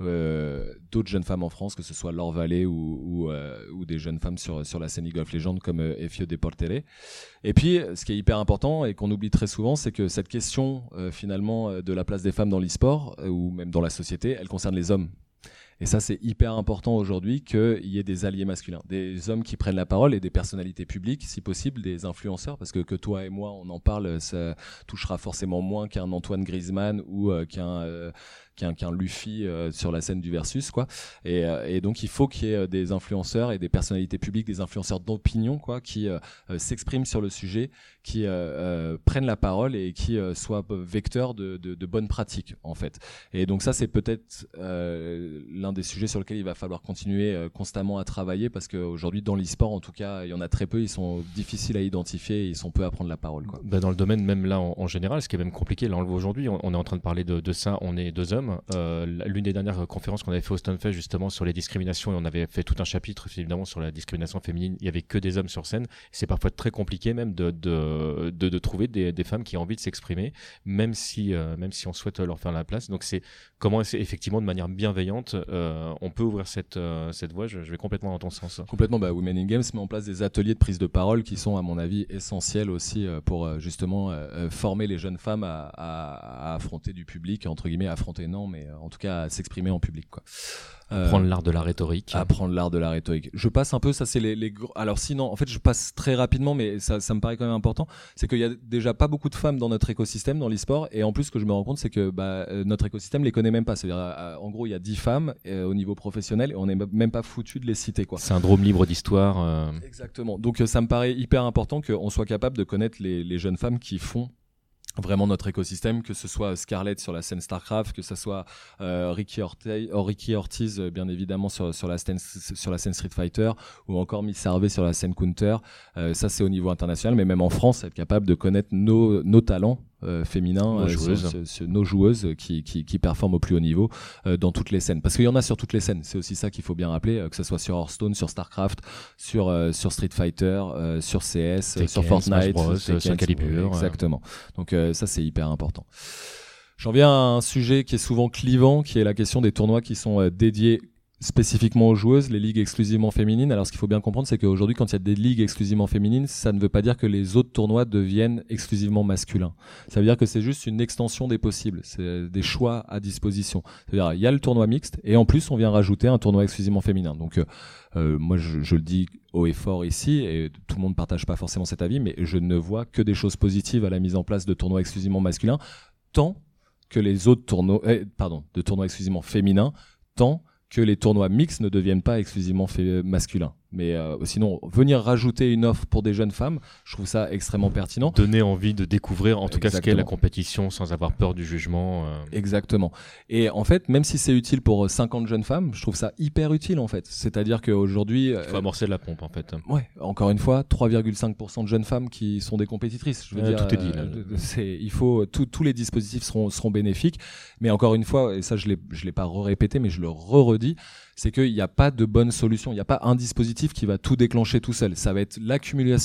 Euh, d'autres jeunes femmes en France, que ce soit Laure Vallée ou, ou, euh, ou des jeunes femmes sur, sur la scène League of Legends comme euh, Effio Deportere. Et puis ce qui est hyper important et qu'on oublie très souvent, c'est que cette question euh, finalement euh, de la place des femmes dans l'e-sport euh, ou même dans la société, elle concerne les hommes. Et ça, c'est hyper important aujourd'hui qu'il y ait des alliés masculins, des hommes qui prennent la parole et des personnalités publiques, si possible, des influenceurs, parce que que toi et moi, on en parle, ça touchera forcément moins qu'un Antoine Griezmann ou euh, qu'un, euh, qu'un qu'un Luffy euh, sur la scène du Versus, quoi. Et, euh, et donc, il faut qu'il y ait des influenceurs et des personnalités publiques, des influenceurs d'opinion, quoi, qui euh, euh, s'expriment sur le sujet, qui euh, euh, prennent la parole et qui euh, soient vecteurs de, de, de bonnes pratiques, en fait. Et donc ça, c'est peut-être euh, l'un des sujets sur lesquels il va falloir continuer euh, constamment à travailler parce qu'aujourd'hui dans l'e-sport en tout cas il y en a très peu, ils sont difficiles à identifier et ils sont peu à prendre la parole, quoi. Bah dans le domaine même là en, en général, ce qui est même compliqué là on le voit aujourd'hui, on, on est en train de parler de, de ça, on est deux hommes. Euh, l'une des dernières conférences qu'on avait fait au Stunfest justement sur les discriminations et on avait fait tout un chapitre évidemment sur la discrimination féminine, il y avait que des hommes sur scène, c'est parfois très compliqué même de, de, de, de trouver des, des femmes qui ont envie de s'exprimer même si, euh, même si on souhaite leur faire la place. Donc c'est comment c'est effectivement de manière bienveillante euh, on peut ouvrir cette, euh, cette voie. Je, je vais complètement dans ton sens. Complètement. Bah, Women in Games met en place des ateliers de prise de parole qui sont à mon avis essentiels aussi euh, pour euh, justement euh, former les jeunes femmes à, à, à affronter du public, entre guillemets, affronter non, mais euh, en tout cas à s'exprimer en public, quoi. Apprendre euh, l'art de la rhétorique. Apprendre l'art de la rhétorique. Je passe un peu, ça c'est les, les gros... Alors sinon, en fait, je passe très rapidement, mais ça, ça me paraît quand même important. C'est qu'il y a déjà pas beaucoup de femmes dans notre écosystème, dans l'e-sport, et en plus, ce que je me rends compte, c'est que bah, notre écosystème les connaît même pas. C'est-à-dire, euh, en gros, il y a dix femmes euh, au niveau professionnel, et on n'est même pas foutu de les citer, quoi. Syndrome libre d'histoire. Euh... Exactement. Donc, euh, ça me paraît hyper important qu'on soit capable de connaître les, les jeunes femmes qui font vraiment notre écosystème, que ce soit Scarlett sur la scène Starcraft, que ce soit euh, Ricky, Orte- oh, Ricky Ortiz bien évidemment sur, sur, la scène, sur la scène Street Fighter, ou encore Miss Harvey sur la scène Counter. Euh, ça c'est au niveau international, mais même en France, être capable de connaître nos, nos talents euh, féminins, nos euh, joueuses, sur, sur, sur nos joueuses qui, qui, qui performent au plus haut niveau euh, dans toutes les scènes. Parce qu'il y en a sur toutes les scènes, c'est aussi ça qu'il faut bien rappeler, euh, que ce soit sur Hearthstone, sur Starcraft, sur, euh, sur Street Fighter, euh, sur C S, Tekken, sur Fortnite, Bros, Tekken, sur Calibur. Exactement. Euh... Donc euh, ça c'est hyper important. J'en viens à un sujet qui est souvent clivant, qui est la question des tournois qui sont euh, dédiés spécifiquement aux joueuses, les ligues exclusivement féminines. Alors ce qu'il faut bien comprendre, c'est qu'aujourd'hui, quand il y a des ligues exclusivement féminines, ça ne veut pas dire que les autres tournois deviennent exclusivement masculins. Ça veut dire que c'est juste une extension des possibles, c'est des choix à disposition. C'est-à-dire, il y a le tournoi mixte, et en plus, on vient rajouter un tournoi exclusivement féminin. Donc, euh, euh, moi, je, je le dis haut et fort ici, et tout le monde ne partage pas forcément cet avis, mais je ne vois que des choses positives à la mise en place de tournois exclusivement masculins, tant que les autres tournois, eh, pardon, de tournois exclusivement féminins, tant que les tournois mixtes ne deviennent pas exclusivement fait- masculins. Mais euh, sinon, venir rajouter une offre pour des jeunes femmes, je trouve ça extrêmement pertinent. Donner envie de découvrir, en tout Exactement. cas, ce qu'est la compétition sans avoir peur du jugement. Euh... Exactement. Et en fait, même si c'est utile pour cinquante jeunes femmes, je trouve ça hyper utile, en fait. C'est-à-dire qu'aujourd'hui... Il faut euh, amorcer la pompe, en fait. Ouais, encore une fois, trois virgule cinq pour cent de jeunes femmes qui sont des compétitrices. Je veux euh, dire, tout est dit, là. Euh, c'est, il faut, tout, tous les dispositifs seront, seront bénéfiques. Mais encore une fois, et ça, je l'ai, je l'ai pas répété, mais je le re-redis, c'est qu'il n'y a pas de bonne solution. Il n'y a pas un dispositif qui va tout déclencher tout seul. Ça va être l'accumulation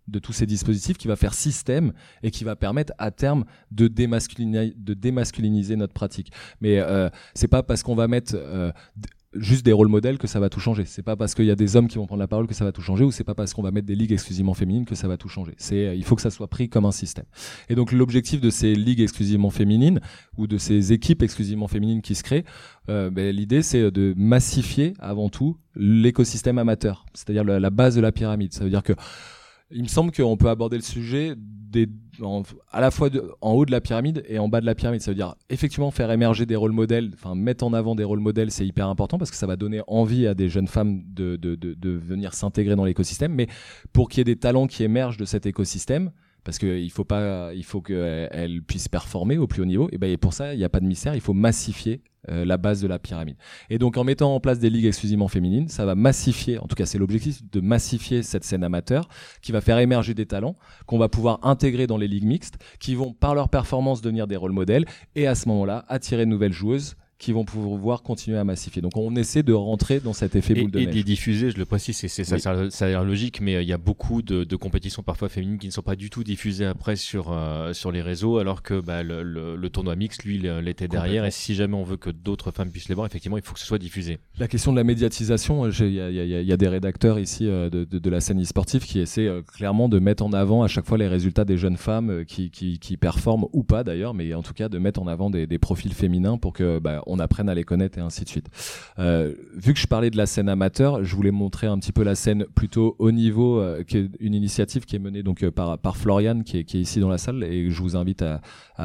de tous ces dispositifs qui va faire système et qui va permettre à terme de, démasculini- de démasculiniser notre pratique. Mais euh, c'est pas parce qu'on va mettre euh, d- juste des rôles modèles que ça va tout changer. C'est pas parce qu'il y a des hommes qui vont prendre la parole que ça va tout changer, ou c'est pas parce qu'on va mettre des ligues exclusivement féminines que ça va tout changer. C'est, il faut que ça soit pris comme un système. Et donc l'objectif de ces ligues exclusivement féminines ou de ces équipes exclusivement féminines qui se créent, euh, ben, l'idée c'est de massifier avant tout l'écosystème amateur, c'est-à-dire la, la base de la pyramide. Ça veut dire que il me semble qu'on peut aborder le sujet des, en, à la fois de, en haut de la pyramide et en bas de la pyramide. Ça veut dire effectivement faire émerger des rôles modèles, enfin mettre en avant des rôles modèles, c'est hyper important parce que ça va donner envie à des jeunes femmes de, de, de, de venir s'intégrer dans l'écosystème. Mais pour qu'il y ait des talents qui émergent de cet écosystème, parce qu'il faut pas, il faut qu'elles puissent performer au plus haut niveau. Et ben et pour ça, il n'y a pas de mystère, il faut massifier euh, la base de la pyramide. Et donc en mettant en place des ligues exclusivement féminines, ça va massifier, en tout cas c'est l'objectif, de massifier cette scène amateur, qui va faire émerger des talents qu'on va pouvoir intégrer dans les ligues mixtes, qui vont par leur performance devenir des rôles modèles, et à ce moment-là attirer de nouvelles joueuses qui vont pouvoir continuer à massifier. Donc on essaie de rentrer dans cet effet boule de et, neige. Et les diffuser, je le précise, c'est, c'est, oui. ça, ça a l'air logique, mais il euh, y a beaucoup de, de compétitions parfois féminines qui ne sont pas du tout diffusées après sur, euh, sur les réseaux, alors que bah, le, le, le tournoi mixte, lui, l'était derrière. Et si jamais on veut que d'autres femmes puissent les voir, effectivement, il faut que ce soit diffusé. La question de la médiatisation, il y, y, y, y a des rédacteurs ici euh, de, de, de la scène e-sportive qui essaient euh, clairement de mettre en avant à chaque fois les résultats des jeunes femmes euh, qui, qui, qui performent ou pas d'ailleurs, mais en tout cas de mettre en avant des, des profils féminins pour que bah, on apprenne à les connaître et ainsi de suite. Euh, vu que je parlais de la scène amateur, je voulais montrer un petit peu la scène plutôt haut niveau, euh, qui est une initiative qui est menée donc euh, par par Florian qui est qui est ici dans la salle et je vous invite à,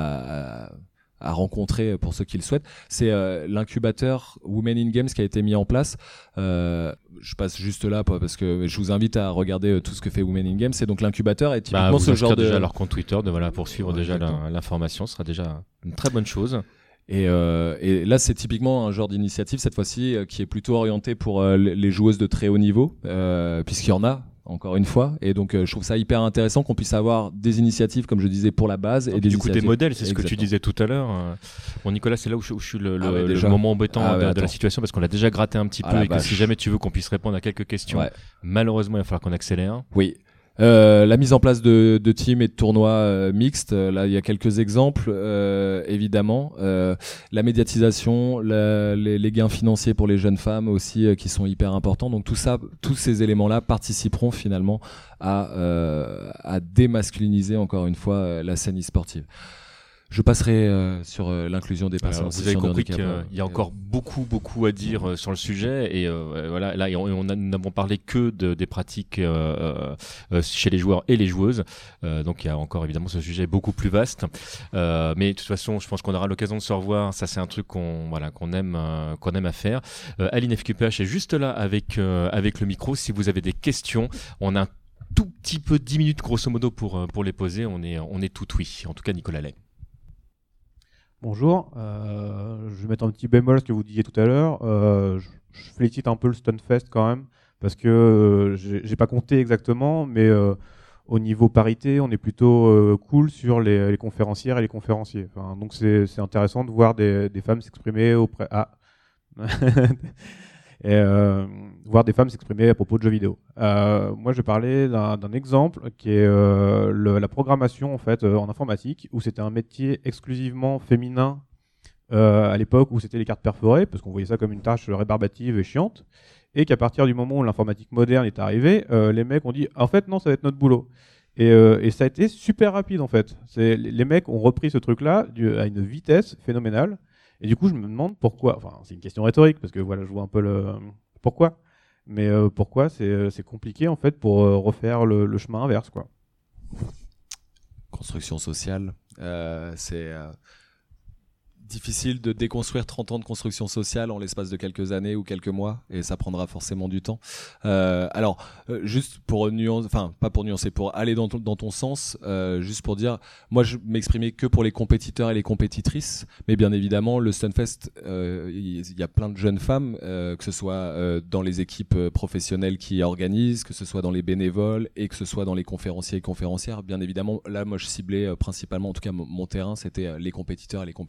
à, à à rencontrer pour ceux qui le souhaitent. C'est euh, l'incubateur Women in Games qui a été mis en place. Euh, je passe juste là parce que je vous invite à regarder tout ce que fait Women in Games. C'est donc l'incubateur et typiquement bah, ce genre de déjà leur compte Twitter de voilà pour suivre ouais, déjà la, l'information, ce sera déjà une très bonne chose. Et, euh, et là, c'est typiquement un genre d'initiative, cette fois-ci, euh, qui est plutôt orienté pour euh, les joueuses de très haut niveau, euh, puisqu'il y en a, encore une fois. Et donc, euh, je trouve ça hyper intéressant qu'on puisse avoir des initiatives, comme je disais, pour la base. Donc, et des du coup, des modèles, c'est Exactement. Ce que tu disais tout à l'heure. Bon, Nicolas, c'est là où je, où je suis le, ah ouais, le, le moment embêtant ah ouais, de, de la situation, parce qu'on l'a déjà gratté un petit ah peu, et vache. que si jamais tu veux qu'on puisse répondre à quelques questions, ouais. malheureusement, il va falloir qu'on accélère. Oui. Euh, la mise en place de, de teams et de tournois euh, mixtes, euh, là il y a quelques exemples euh, évidemment. Euh, la médiatisation, la, les, les gains financiers pour les jeunes femmes aussi euh, qui sont hyper importants. Donc tout ça, tous ces éléments-là participeront finalement à, euh, à démasculiniser encore une fois euh, la scène e-sportive. Je passerai euh, sur euh, l'inclusion des personnes en situation de handicap. Vous avez compris qu'il y a encore beaucoup, beaucoup à dire euh, sur le sujet. Et euh, voilà, là, on, on a, nous n'avons parlé que de, des pratiques euh, euh, chez les joueurs et les joueuses. Euh, donc, il y a encore évidemment ce sujet beaucoup plus vaste. Euh, mais de toute façon, je pense qu'on aura l'occasion de se revoir. Ça, c'est un truc qu'on, voilà, qu'on aime, euh, qu'on aime à faire. Euh, Aline F Q P H est juste là avec, euh, avec le micro. Si vous avez des questions, on a un tout petit peu, dix minutes grosso modo pour, pour les poser. On est, on est tout oui. En tout cas, Nicolas Lay. Bonjour, euh, je vais mettre un petit bémol à ce que vous disiez tout à l'heure. Euh, je, je félicite un peu le Stunfest quand même, parce que euh, j'ai, j'ai pas compté exactement, mais euh, au niveau parité, on est plutôt euh, cool sur les, les conférencières et les conférenciers. Enfin, donc c'est, c'est intéressant de voir des, des femmes s'exprimer auprès... Ah et euh, voir des femmes s'exprimer à propos de jeux vidéo. Euh, moi, je parlais d'un, d'un exemple qui est euh, le, la programmation en fait euh, en informatique, où c'était un métier exclusivement féminin euh, à l'époque où c'était les cartes perforées, parce qu'on voyait ça comme une tâche rébarbative et chiante, et qu'à partir du moment où l'informatique moderne est arrivée, euh, les mecs ont dit en fait non, ça va être notre boulot. Et, euh, et ça a été super rapide en fait. C'est, les mecs ont repris ce truc-là du, à une vitesse phénoménale. Et du coup, je me demande pourquoi, enfin, c'est une question rhétorique, parce que voilà, je vois un peu le pourquoi, mais euh, pourquoi c'est, c'est compliqué, en fait, pour euh, refaire le, le chemin inverse, quoi. Construction sociale, euh, c'est euh, difficile de déconstruire trente ans de construction sociale en l'espace de quelques années ou quelques mois, et ça prendra forcément du temps. Euh, alors, euh, juste pour nuancer, enfin, pas pour nuancer, pour aller dans ton, dans ton sens, euh, juste pour dire, moi je m'exprimais que pour les compétiteurs et les compétitrices, mais bien évidemment, le Stunfest, euh, il y a plein de jeunes femmes, euh, que ce soit euh, dans les équipes professionnelles qui organisent, que ce soit dans les bénévoles, et que ce soit dans les conférenciers et conférencières. Bien évidemment, là, moi je ciblais euh, principalement, en tout cas mon, mon terrain, c'était euh, les compétiteurs et les compétitrices.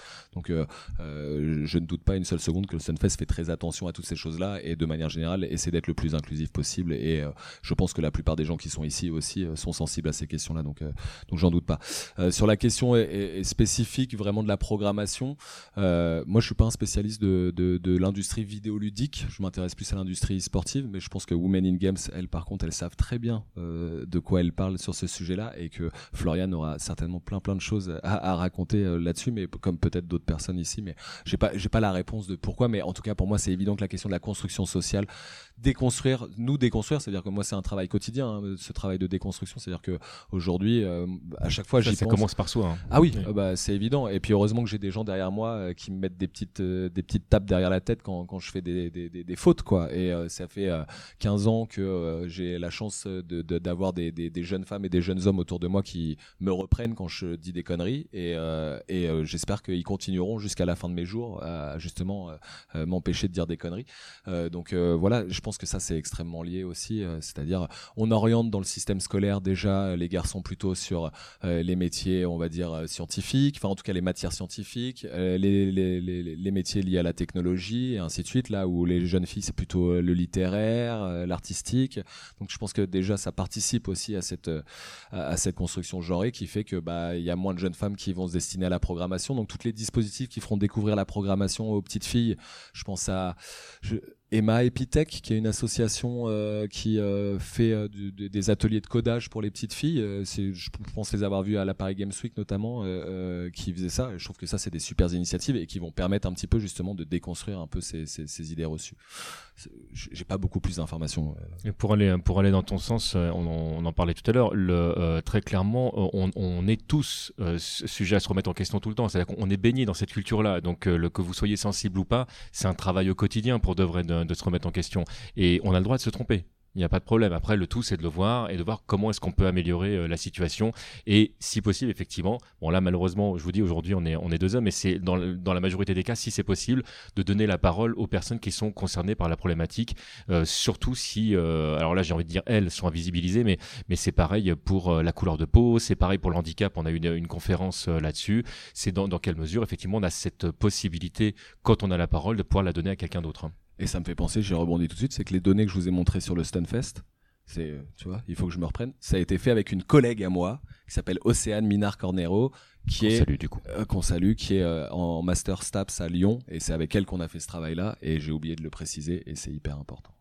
Donc euh, euh, je ne doute pas une seule seconde que le Stunfest fait très attention à toutes ces choses-là et de manière générale essaie d'être le plus inclusif possible. Et euh, je pense que la plupart des gens qui sont ici aussi euh, sont sensibles à ces questions-là. Donc, euh, donc j'en doute pas. Euh, sur la question est, est, est spécifique vraiment de la programmation, euh, moi je suis pas un spécialiste de, de, de l'industrie vidéoludique. Je m'intéresse plus à l'industrie sportive, mais je pense que Women in Games, elles par contre, elles savent très bien euh, de quoi elles parlent sur ce sujet-là et que Florian aura certainement plein plein de choses à, à raconter euh, là-dessus, mais comme peut-être d'autres personnes ici. Mais j'ai pas j'ai pas la réponse de pourquoi, mais en tout cas pour moi c'est évident que la question de la construction sociale, déconstruire, nous déconstruire, c'est-à-dire que moi c'est un travail quotidien, hein, ce travail de déconstruction, c'est-à-dire que aujourd'hui, euh, à chaque fois, ça, j'y ça pense. commence par soi. Hein. Ah oui, oui. Euh, bah, c'est évident. Et puis heureusement que j'ai des gens derrière moi euh, qui me mettent des petites, euh, des petites tapes derrière la tête quand, quand je fais des, des, des, des fautes, quoi. Et euh, ça fait euh, quinze ans que euh, j'ai la chance de, de, d'avoir des, des, des jeunes femmes et des jeunes hommes autour de moi qui me reprennent quand je dis des conneries. Et, euh, et euh, j'espère qu'ils continueront jusqu'à la fin de mes jours à justement euh, m'empêcher de dire des conneries. Euh, donc euh, voilà, je pense que ça c'est extrêmement lié aussi. Euh, c'est-à-dire, on oriente dans le système scolaire déjà les garçons plutôt sur euh, les métiers, on va dire euh, scientifiques, enfin en tout cas les matières scientifiques, euh, les, les, les, les métiers liés à la technologie et ainsi de suite, là où les jeunes filles c'est plutôt euh, le littéraire, euh, l'artistique. Donc je pense que déjà ça participe aussi à cette euh, à cette construction genrée qui fait que bah il y a moins de jeunes femmes qui vont se destiner à la programmation. Donc tous les dispositifs qui feront découvrir la programmation aux petites filles, je pense à je, Emma Epitech, qui est une association euh, qui euh, fait euh, du, de, des ateliers de codage pour les petites filles. Euh, c'est, je pense les avoir vus à la Paris Games Week notamment, euh, euh, qui faisaient ça. Et je trouve que ça, c'est des super initiatives et qui vont permettre un petit peu justement de déconstruire un peu ces, ces, ces idées reçues. C'est, j'ai pas beaucoup plus d'informations. Euh. Et pour aller pour aller dans ton sens, on en, on en parlait tout à l'heure. Le, euh, très clairement, on, on est tous euh, sujets à se remettre en question tout le temps. C'est-à-dire qu'on est baigné dans cette culture-là. Donc euh, le, que vous soyez sensible ou pas, c'est un travail au quotidien pour de vrai de, de se remettre en question. Et on a le droit de se tromper. Il n'y a pas de problème. Après, le tout, c'est de le voir et de voir comment est-ce qu'on peut améliorer euh, la situation. Et si possible, effectivement, bon là, malheureusement, je vous dis, aujourd'hui, on est, on est deux hommes, mais c'est dans, dans la majorité des cas, si c'est possible, de donner la parole aux personnes qui sont concernées par la problématique. Euh, surtout si, euh, alors là, j'ai envie de dire, elles sont invisibilisées, mais, mais c'est pareil pour euh, la couleur de peau, c'est pareil pour le handicap. On a eu une, une conférence euh, là-dessus. C'est dans, dans quelle mesure, effectivement, on a cette possibilité, quand on a la parole, de pouvoir la donner à quelqu'un d'autre. Hein. Et ça me fait penser, j'ai rebondi tout de suite, c'est que les données que je vous ai montrées sur le Stunfest, c'est, tu vois, il faut que je me reprenne. Ça a été fait avec une collègue à moi qui s'appelle Océane Minard-Cornero, qui qu'on est salue, du coup. Euh, qu'on salue, qui est euh, en master STAPS à Lyon, et c'est avec elle qu'on a fait ce travail-là. Et j'ai oublié de le préciser, et c'est hyper important.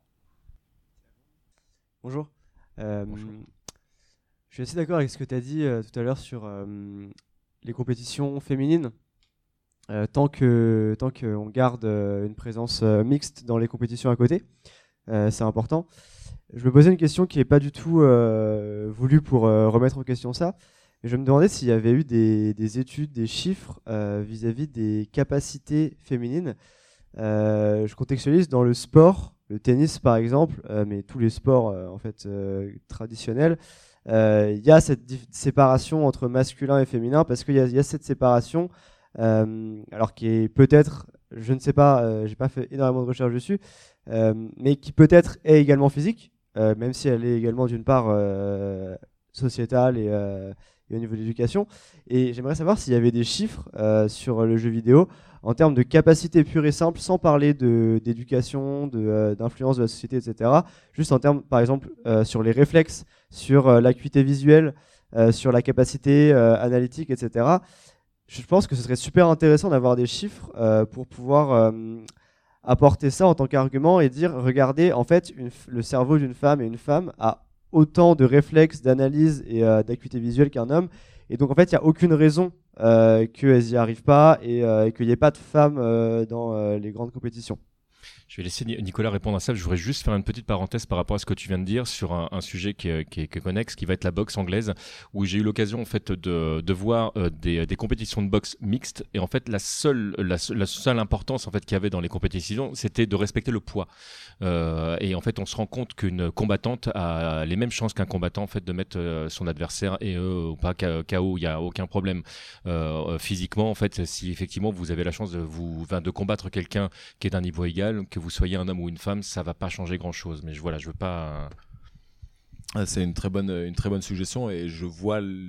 Bonjour. Euh, Bonjour. Je suis assez d'accord avec ce que tu as dit euh, tout à l'heure sur euh, les compétitions féminines. Euh, tant que tant qu'on garde euh, une présence euh, mixte dans les compétitions à côté, euh, c'est important. Je me posais une question qui n'est pas du tout euh, voulue pour euh, remettre en question ça. Mais je me demandais s'il y avait eu des, des études, des chiffres euh, vis-à-vis des capacités féminines. Euh, je contextualise dans le sport, le tennis par exemple, euh, mais tous les sports euh, en fait euh, traditionnels. Il euh, y a cette dif- séparation entre masculin et féminin parce qu'il y, y a cette séparation. Euh, alors qui est peut-être, je ne sais pas, euh, j'ai pas fait énormément de recherches dessus, euh, mais qui peut-être est également physique, euh, même si elle est également d'une part euh, sociétale et, euh, et au niveau de l'éducation. Et j'aimerais savoir s'il y avait des chiffres euh, sur le jeu vidéo en termes de capacité pure et simple, sans parler de, d'éducation, de, euh, d'influence de la société, et cetera. Juste en termes, par exemple, euh, sur les réflexes, sur euh, l'acuité visuelle, euh, sur la capacité euh, analytique, et cetera. Je pense que ce serait super intéressant d'avoir des chiffres euh, pour pouvoir euh, apporter ça en tant qu'argument et dire, regardez, en fait, une, le cerveau d'une femme et une femme a autant de réflexes, d'analyse et euh, d'acuité visuelle qu'un homme. Et donc, en fait, il n'y a aucune raison euh, qu'elles n'y arrivent pas et, euh, et qu'il n'y ait pas de femmes euh, dans euh, les grandes compétitions. Je vais laisser Nicolas répondre à ça. Je voudrais juste faire une petite parenthèse par rapport à ce que tu viens de dire sur un, un sujet qui est, qui, est, qui est connexe, qui va être la boxe anglaise, où j'ai eu l'occasion en fait de, de voir euh, des, des compétitions de boxe mixtes. Et en fait, la seule, la, la seule importance en fait qu'il y avait dans les compétitions, c'était de respecter le poids. Euh, et en fait, on se rend compte qu'une combattante a les mêmes chances qu'un combattant en fait de mettre euh, son adversaire et eux ou pas K O. Il y a aucun problème euh, physiquement en fait. Si effectivement vous avez la chance de vous, de combattre quelqu'un qui est d'un niveau égal, que vous soyez un homme ou une femme, ça va pas changer grand chose. Mais je, voilà, je veux pas. C'est une très bonne, une très bonne suggestion et je vois,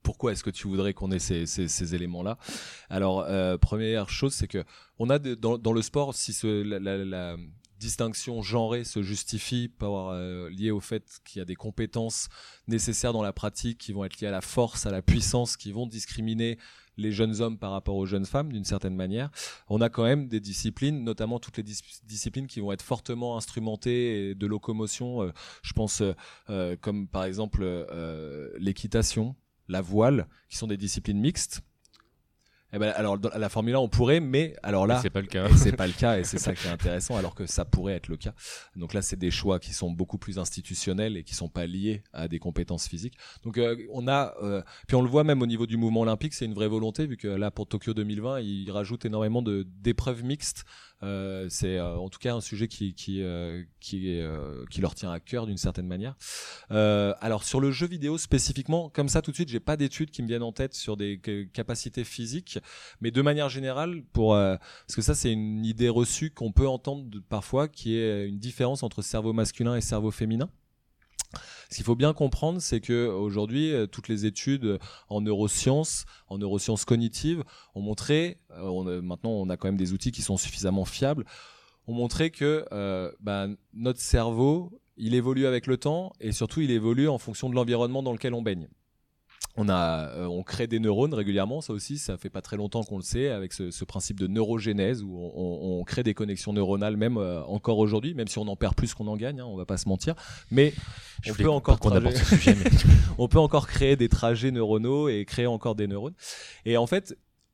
pourquoi est-ce que tu voudrais qu'on ait ces, ces, ces éléments-là? Alors, euh, première chose, c'est que on a de, dans, dans le sport, si ce, la, la, la distinction genrée se justifie par euh, liée au fait qu'il y a des compétences nécessaires dans la pratique qui vont être liées à la force, à la puissance, qui vont discriminer les jeunes hommes par rapport aux jeunes femmes d'une certaine manière. On a quand même des disciplines, notamment toutes les dis- disciplines qui vont être fortement instrumentées et de locomotion. Euh, je pense euh, euh, comme par exemple euh, l'équitation, la voile, qui sont des disciplines mixtes. Eh ben, alors dans la Formule un on pourrait, mais alors là et c'est pas le cas. et c'est pas le cas et c'est ça qui est intéressant, alors que ça pourrait être le cas. Donc là c'est des choix qui sont beaucoup plus institutionnels et qui sont pas liés à des compétences physiques. Donc euh, on a euh, puis on le voit même au niveau du mouvement olympique, c'est une vraie volonté, vu que là pour Tokyo deux mille vingt ils rajoutent énormément de d'épreuves mixtes. Euh, c'est euh, en tout cas un sujet qui qui euh, qui est, euh, qui leur tient à cœur d'une certaine manière. Euh, alors sur le jeu vidéo spécifiquement, comme ça tout de suite, j'ai pas d'études qui me viennent en tête sur des que, capacités physiques, mais de manière générale, pour euh, parce que ça c'est une idée reçue qu'on peut entendre de, parfois, qui est une différence entre cerveau masculin et cerveau féminin. Ce qu'il faut bien comprendre, c'est que aujourd'hui, toutes les études en neurosciences, en neurosciences cognitives, ont montré, euh, on a, maintenant on a quand même des outils qui sont suffisamment fiables, ont montré que euh, bah, notre cerveau, il évolue avec le temps et surtout il évolue en fonction de l'environnement dans lequel on baigne. On a, euh, on crée des neurones régulièrement, ça aussi, ça fait pas très longtemps qu'on le sait, avec ce, ce principe de neurogénèse où on, on, on crée des connexions neuronales même euh, encore aujourd'hui, même si on en perd plus qu'on en gagne, hein, on va pas se mentir. Mais Je on peut encore qu'on aborde ce sujet, mais... on peut encore créer des trajets neuronaux et créer encore des neurones. Et en fait,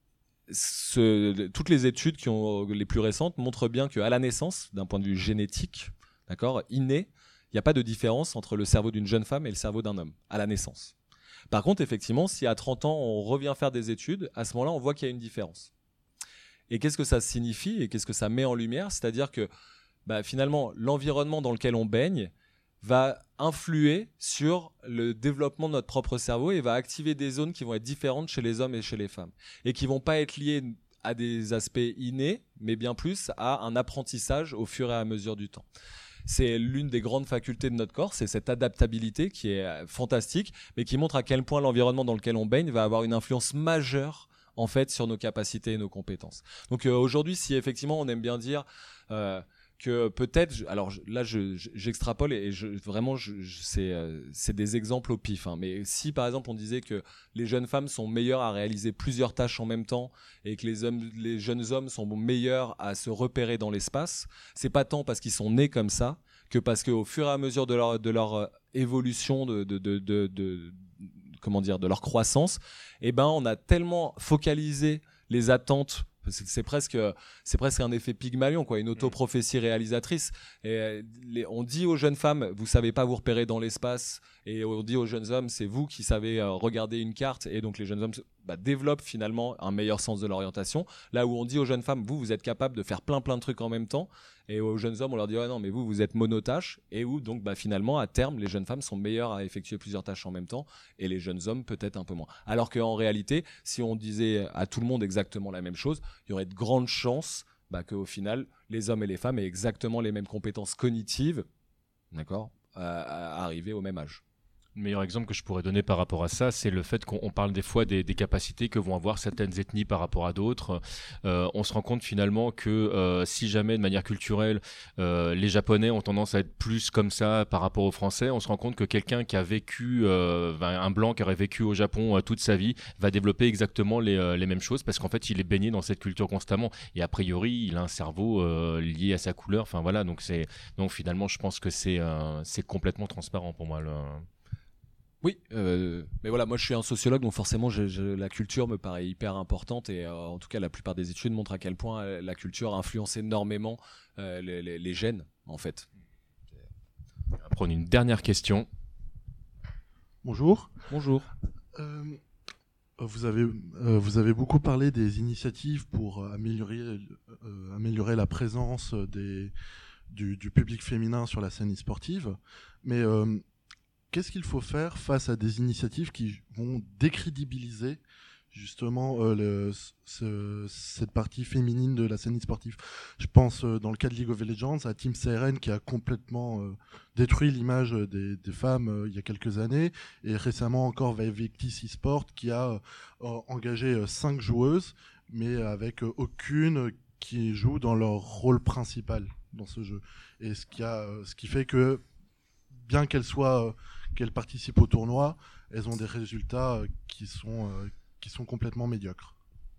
ce, toutes les études qui ont les plus récentes montrent bien qu'à la naissance, d'un point de vue génétique, d'accord, inné, il n'y a pas de différence entre le cerveau d'une jeune femme et le cerveau d'un homme à la naissance. Par contre, effectivement, si à trente ans, on revient faire des études, à ce moment-là, on voit qu'il y a une différence. Et qu'est-ce que ça signifie et qu'est-ce que ça met en lumière? C'est-à-dire que bah, finalement, l'environnement dans lequel on baigne va influer sur le développement de notre propre cerveau et va activer des zones qui vont être différentes chez les hommes et chez les femmes. Et qui ne vont pas être liées à des aspects innés, mais bien plus à un apprentissage au fur et à mesure du temps. C'est l'une des grandes facultés de notre corps, c'est cette adaptabilité qui est fantastique, mais qui montre à quel point l'environnement dans lequel on baigne va avoir une influence majeure en fait sur nos capacités et nos compétences. Donc euh, aujourd'hui, si effectivement on aime bien dire euh, que peut-être, alors là je, je, j'extrapole et je, vraiment je, je, c'est, euh, c'est des exemples au pif, hein, mais si par exemple on disait que les jeunes femmes sont meilleures à réaliser plusieurs tâches en même temps et que les, hommes, les jeunes hommes sont meilleurs à se repérer dans l'espace, c'est pas tant parce qu'ils sont nés comme ça que parce qu'au fur et à mesure de leur, de leur évolution, de, de, de, de, de, comment dire, de leur croissance, eh ben on a tellement focalisé les attentes. C'est, c'est presque, c'est presque un effet Pygmalion, quoi, une autoprophétie réalisatrice. Et les, on dit aux jeunes femmes, vous savez pas vous repérer dans l'espace, et on dit aux jeunes hommes, c'est vous qui savez euh, regarder une carte, et donc les jeunes hommes bah, développent finalement un meilleur sens de l'orientation. Là où on dit aux jeunes femmes, vous, vous êtes capables de faire plein plein de trucs en même temps, et aux jeunes hommes, on leur dit, ah non, mais vous, vous êtes monotâches, et où donc bah, finalement, à terme, les jeunes femmes sont meilleures à effectuer plusieurs tâches en même temps, et les jeunes hommes peut-être un peu moins. Alors qu'en réalité, si on disait à tout le monde exactement la même chose, il y aurait de grandes chances bah, qu'au final, les hommes et les femmes aient exactement les mêmes compétences cognitives, d'accord, à, à arriver au même âge. Le meilleur exemple que je pourrais donner par rapport à ça, c'est le fait qu'on on parle des fois des, des capacités que vont avoir certaines ethnies par rapport à d'autres. Euh, on se rend compte finalement que euh, si jamais de manière culturelle, euh, les Japonais ont tendance à être plus comme ça par rapport aux Français, on se rend compte que quelqu'un qui a vécu, euh, un blanc qui aurait vécu au Japon euh, toute sa vie, va développer exactement les, euh, les mêmes choses parce qu'en fait il est baigné dans cette culture constamment et a priori il a un cerveau euh, lié à sa couleur. Enfin voilà, donc c'est donc finalement je pense que c'est euh, c'est complètement transparent pour moi. Le... Oui, euh, mais voilà, moi je suis un sociologue, donc forcément je, je, la culture me paraît hyper importante et euh, en tout cas la plupart des études montrent à quel point euh, la culture influence énormément euh, les, les, les gènes en fait. On va prendre une dernière question. Bonjour. Bonjour. Euh, vous avez euh, vous avez beaucoup parlé des initiatives pour améliorer euh, améliorer la présence des du, du public féminin sur la scène e-sportive, mais euh, qu'est-ce qu'il faut faire face à des initiatives qui vont décrédibiliser justement euh, le, ce, cette partie féminine de la scène e-sportive. Je pense euh, dans le cas de League of Legends à Team C R N qui a complètement euh, détruit l'image des, des femmes euh, il y a quelques années, et récemment encore Victis eSport qui a euh, engagé euh, cinq joueuses, mais avec euh, aucune qui joue dans leur rôle principal dans ce jeu. Et ce qui, a, euh, ce qui fait que bien qu'elles soient, euh, qu'elles participent au tournoi, elles ont des résultats euh, qui sont euh, qui sont complètement médiocres.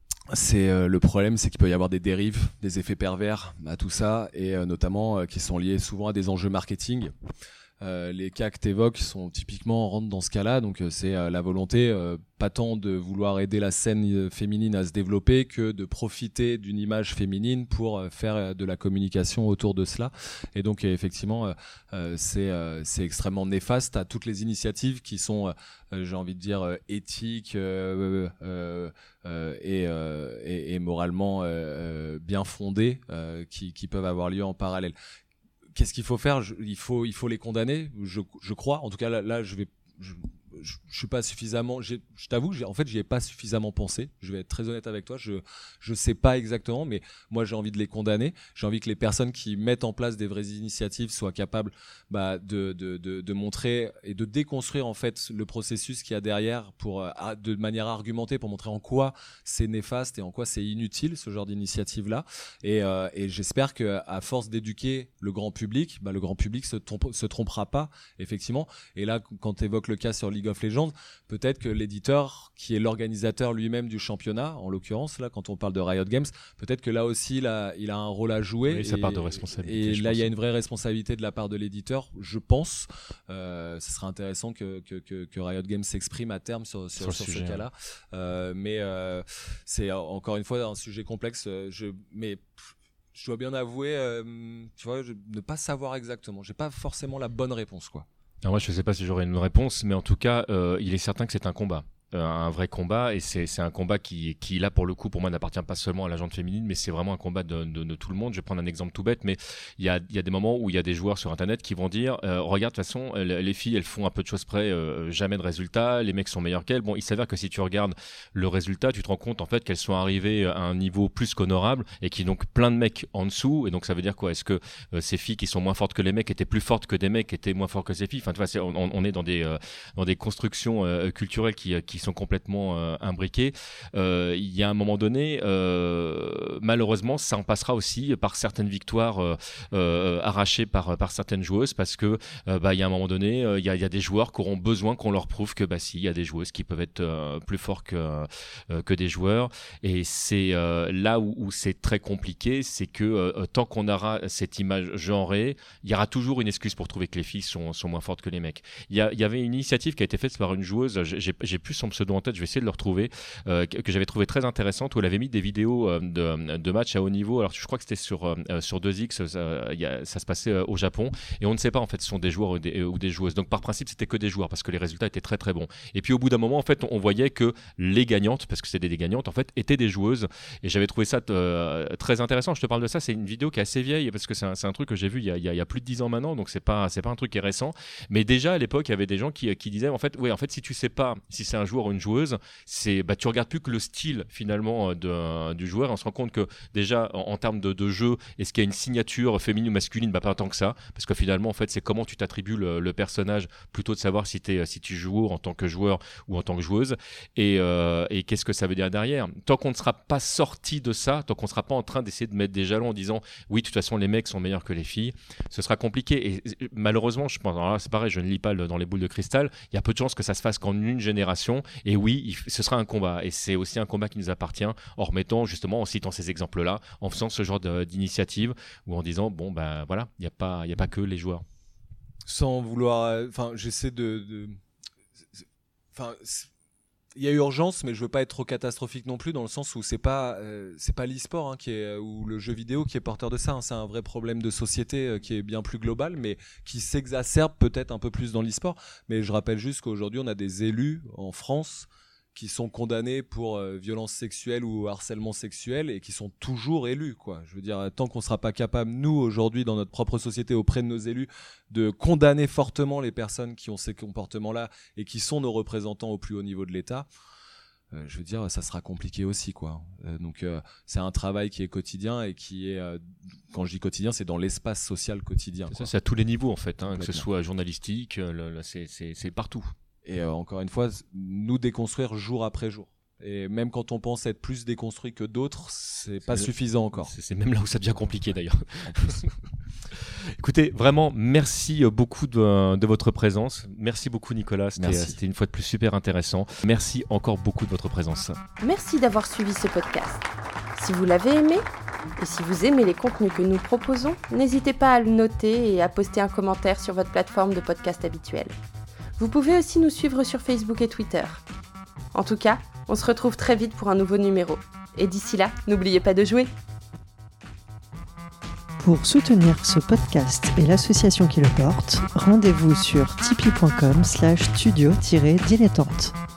C'est euh, le problème, c'est qu'il peut y avoir des dérives, des effets pervers à tout ça, et euh, notamment euh, qui sont liés souvent à des enjeux marketing. Euh, les cas que tu évoques sont typiquement rentrent dans ce cas-là, donc euh, c'est euh, la volonté euh, pas tant de vouloir aider la scène euh, féminine à se développer que de profiter d'une image féminine pour euh, faire euh, de la communication autour de cela. Et donc euh, effectivement euh, euh, c'est euh, c'est extrêmement néfaste à toutes les initiatives qui sont euh, j'ai envie de dire euh, éthiques euh, euh, euh, et, euh, et, et moralement euh, bien fondées euh, qui, qui peuvent avoir lieu en parallèle. Qu'est-ce qu'il faut faire ? je, il faut, il faut les condamner, je, je crois. En tout cas, là, là je vais, je, je, je suis pas suffisamment. J'ai, je t'avoue, j'ai, en fait, j'y ai pas suffisamment pensé. Je vais être très honnête avec toi. Je, je sais pas exactement, mais moi, j'ai envie de les condamner. J'ai envie que les personnes qui mettent en place des vraies initiatives soient capables, bah, de, de, de, de montrer et de déconstruire en fait le processus qu'il y a derrière pour, euh, de manière argumentée, pour montrer en quoi c'est néfaste et en quoi c'est inutile ce genre d'initiative-là. Et, euh, et j'espère que à force d'éduquer le grand public, bah, le grand public se, trompe, se trompera pas effectivement. Et là, quand tu évoques le cas sur League of Legends, peut-être que l'éditeur, qui est l'organisateur lui-même du championnat, en l'occurrence là, quand on parle de Riot Games, peut-être que là aussi, là, il a un rôle à jouer. Oui, et, sa part de responsabilité. Et là, il y a pense. une vraie responsabilité de la part de l'éditeur, je pense. Euh, ce serait intéressant que, que, que, que Riot Games s'exprime à terme sur, sur, sur, sur sujet, ce cas-là. Ouais. Euh, mais euh, c'est encore une fois un sujet complexe. Je, mais je dois bien avouer, euh, tu vois, je, ne pas savoir exactement. J'ai pas forcément la bonne réponse, quoi. Alors moi, je ne sais pas si j'aurai une réponse, mais en tout cas, euh, il est certain que c'est un combat. Euh, un vrai combat, et c'est, c'est un combat qui, qui, là, pour le coup, pour moi, n'appartient pas seulement à la gente féminine, mais c'est vraiment un combat de, de, de tout le monde. Je vais prendre un exemple tout bête, mais il y a, y a des moments où il y a des joueurs sur Internet qui vont dire euh, regarde, de toute façon, les filles, elles font un peu de choses près, euh, jamais de résultats, les mecs sont meilleurs qu'elles. Bon, il s'avère que si tu regardes le résultat, tu te rends compte, en fait, qu'elles sont arrivées à un niveau plus qu'honorable, et qu'il y a donc plein de mecs en dessous, et donc ça veut dire quoi ? Est-ce que euh, ces filles qui sont moins fortes que les mecs étaient plus fortes que des mecs qui étaient moins forts que ces filles ? Enfin, tu vois, c'est, on, on est dans des, euh, dans des constructions euh, culturelles qui, qui sont complètement Euh, imbriqué. Euh, il y a un moment donné, euh, malheureusement, ça en passera aussi par certaines victoires euh, euh, arrachées par, par certaines joueuses, parce que euh, bah, il y a un moment donné, il euh, y, y a des joueurs qui auront besoin qu'on leur prouve que bah, si, il y a des joueuses qui peuvent être euh, plus forts que, euh, que des joueurs. Et c'est euh, là où, où c'est très compliqué, c'est que euh, tant qu'on aura cette image genrée, il y aura toujours une excuse pour trouver que les filles sont, sont moins fortes que les mecs. Il y, a, il y avait une initiative qui a été faite par une joueuse, j'ai, j'ai plus son pseudo en tête, je vais essayer de le retrouver, euh, que j'avais trouvé très intéressante, où elle avait mis des vidéos euh, de, de matchs à haut niveau. Alors je crois que c'était sur, euh, sur deux X, ça, y a, ça se passait euh, au Japon, et on ne sait pas en fait si ce sont des joueurs ou des, ou des joueuses. Donc par principe c'était que des joueurs, parce que les résultats étaient très très bons. Et puis au bout d'un moment en fait on, on voyait que les gagnantes, parce que c'était des gagnantes en fait, étaient des joueuses, et j'avais trouvé ça euh, très intéressant. Je te parle de ça, c'est une vidéo qui est assez vieille, parce que c'est un, c'est un truc que j'ai vu il y, a, il y a plus de dix ans maintenant, donc c'est pas, c'est pas un truc qui est récent, mais déjà à l'époque il y avait des gens qui, qui disaient en fait, ouais, en fait si tu sais pas si c'est un joueur ou une joueuse, c'est, bah, tu regardes plus que le style finalement de, du joueur, et on se rend compte que déjà en, en termes de, de jeu, est-ce qu'il y a une signature féminine ou masculine, bah pas tant que ça, parce que finalement en fait c'est comment tu t'attribues le, le personnage, plutôt de savoir si, t'es, si tu joues en tant que joueur ou en tant que joueuse, et, euh, et qu'est-ce que ça veut dire derrière. Tant qu'on ne sera pas sorti de ça, tant qu'on ne sera pas en train d'essayer de mettre des jalons en disant oui de toute façon les mecs sont meilleurs que les filles, ce sera compliqué. Et malheureusement je pense, alors là c'est pareil, je ne lis pas le, dans les boules de cristal, il y a peu de chances que ça se fasse qu'en une génération, et oui il, ce sera un combat, et c'est aussi un combat qui nous appartient, en remettant justement, en citant ces exemples là, en faisant ce genre de, d'initiative, ou en disant bon ben voilà, il n'y a pas il y a pas que les joueurs, sans vouloir, enfin j'essaie de enfin il y a urgence, mais je veux pas être trop catastrophique non plus, dans le sens où c'est pas euh, c'est pas l'e-sport hein, qui est, ou le jeu vidéo qui est porteur de ça, hein. C'est un vrai problème de société euh, qui est bien plus global, mais qui s'exacerbe peut-être un peu plus dans l'e-sport. Mais je rappelle juste qu'aujourd'hui on a des élus en France qui sont condamnés pour euh, violence sexuelle ou harcèlement sexuel, et qui sont toujours élus, quoi. Je veux dire, tant qu'on sera pas capable, nous, aujourd'hui, dans notre propre société, auprès de nos élus, de condamner fortement les personnes qui ont ces comportements-là et qui sont nos représentants au plus haut niveau de l'État, euh, je veux dire, ça sera compliqué aussi, quoi. Euh, donc, euh, c'est un travail qui est quotidien et qui est, euh, quand je dis quotidien, c'est dans l'espace social quotidien. C'est, ça, c'est à tous les niveaux, en fait, hein, que ce soit journalistique, le, le, c'est, c'est, c'est partout. Et euh, encore une fois, nous déconstruire jour après jour. Et même quand on pense être plus déconstruit que d'autres, c'est, c'est pas suffisant encore. C'est, c'est même là où ça devient compliqué d'ailleurs. Écoutez, vraiment, merci beaucoup de, de votre présence. Merci beaucoup Nicolas, c'était, c'était une fois de plus super intéressant. Merci encore beaucoup de votre présence. Merci d'avoir suivi ce podcast. Si vous l'avez aimé, et si vous aimez les contenus que nous proposons, n'hésitez pas à le noter et à poster un commentaire sur votre plateforme de podcast habituelle. Vous pouvez aussi nous suivre sur Facebook et Twitter. En tout cas, on se retrouve très vite pour un nouveau numéro. Et d'ici là, n'oubliez pas de jouer. Pour soutenir ce podcast et l'association qui le porte, rendez-vous sur tipeee point com slash studio-dilettante.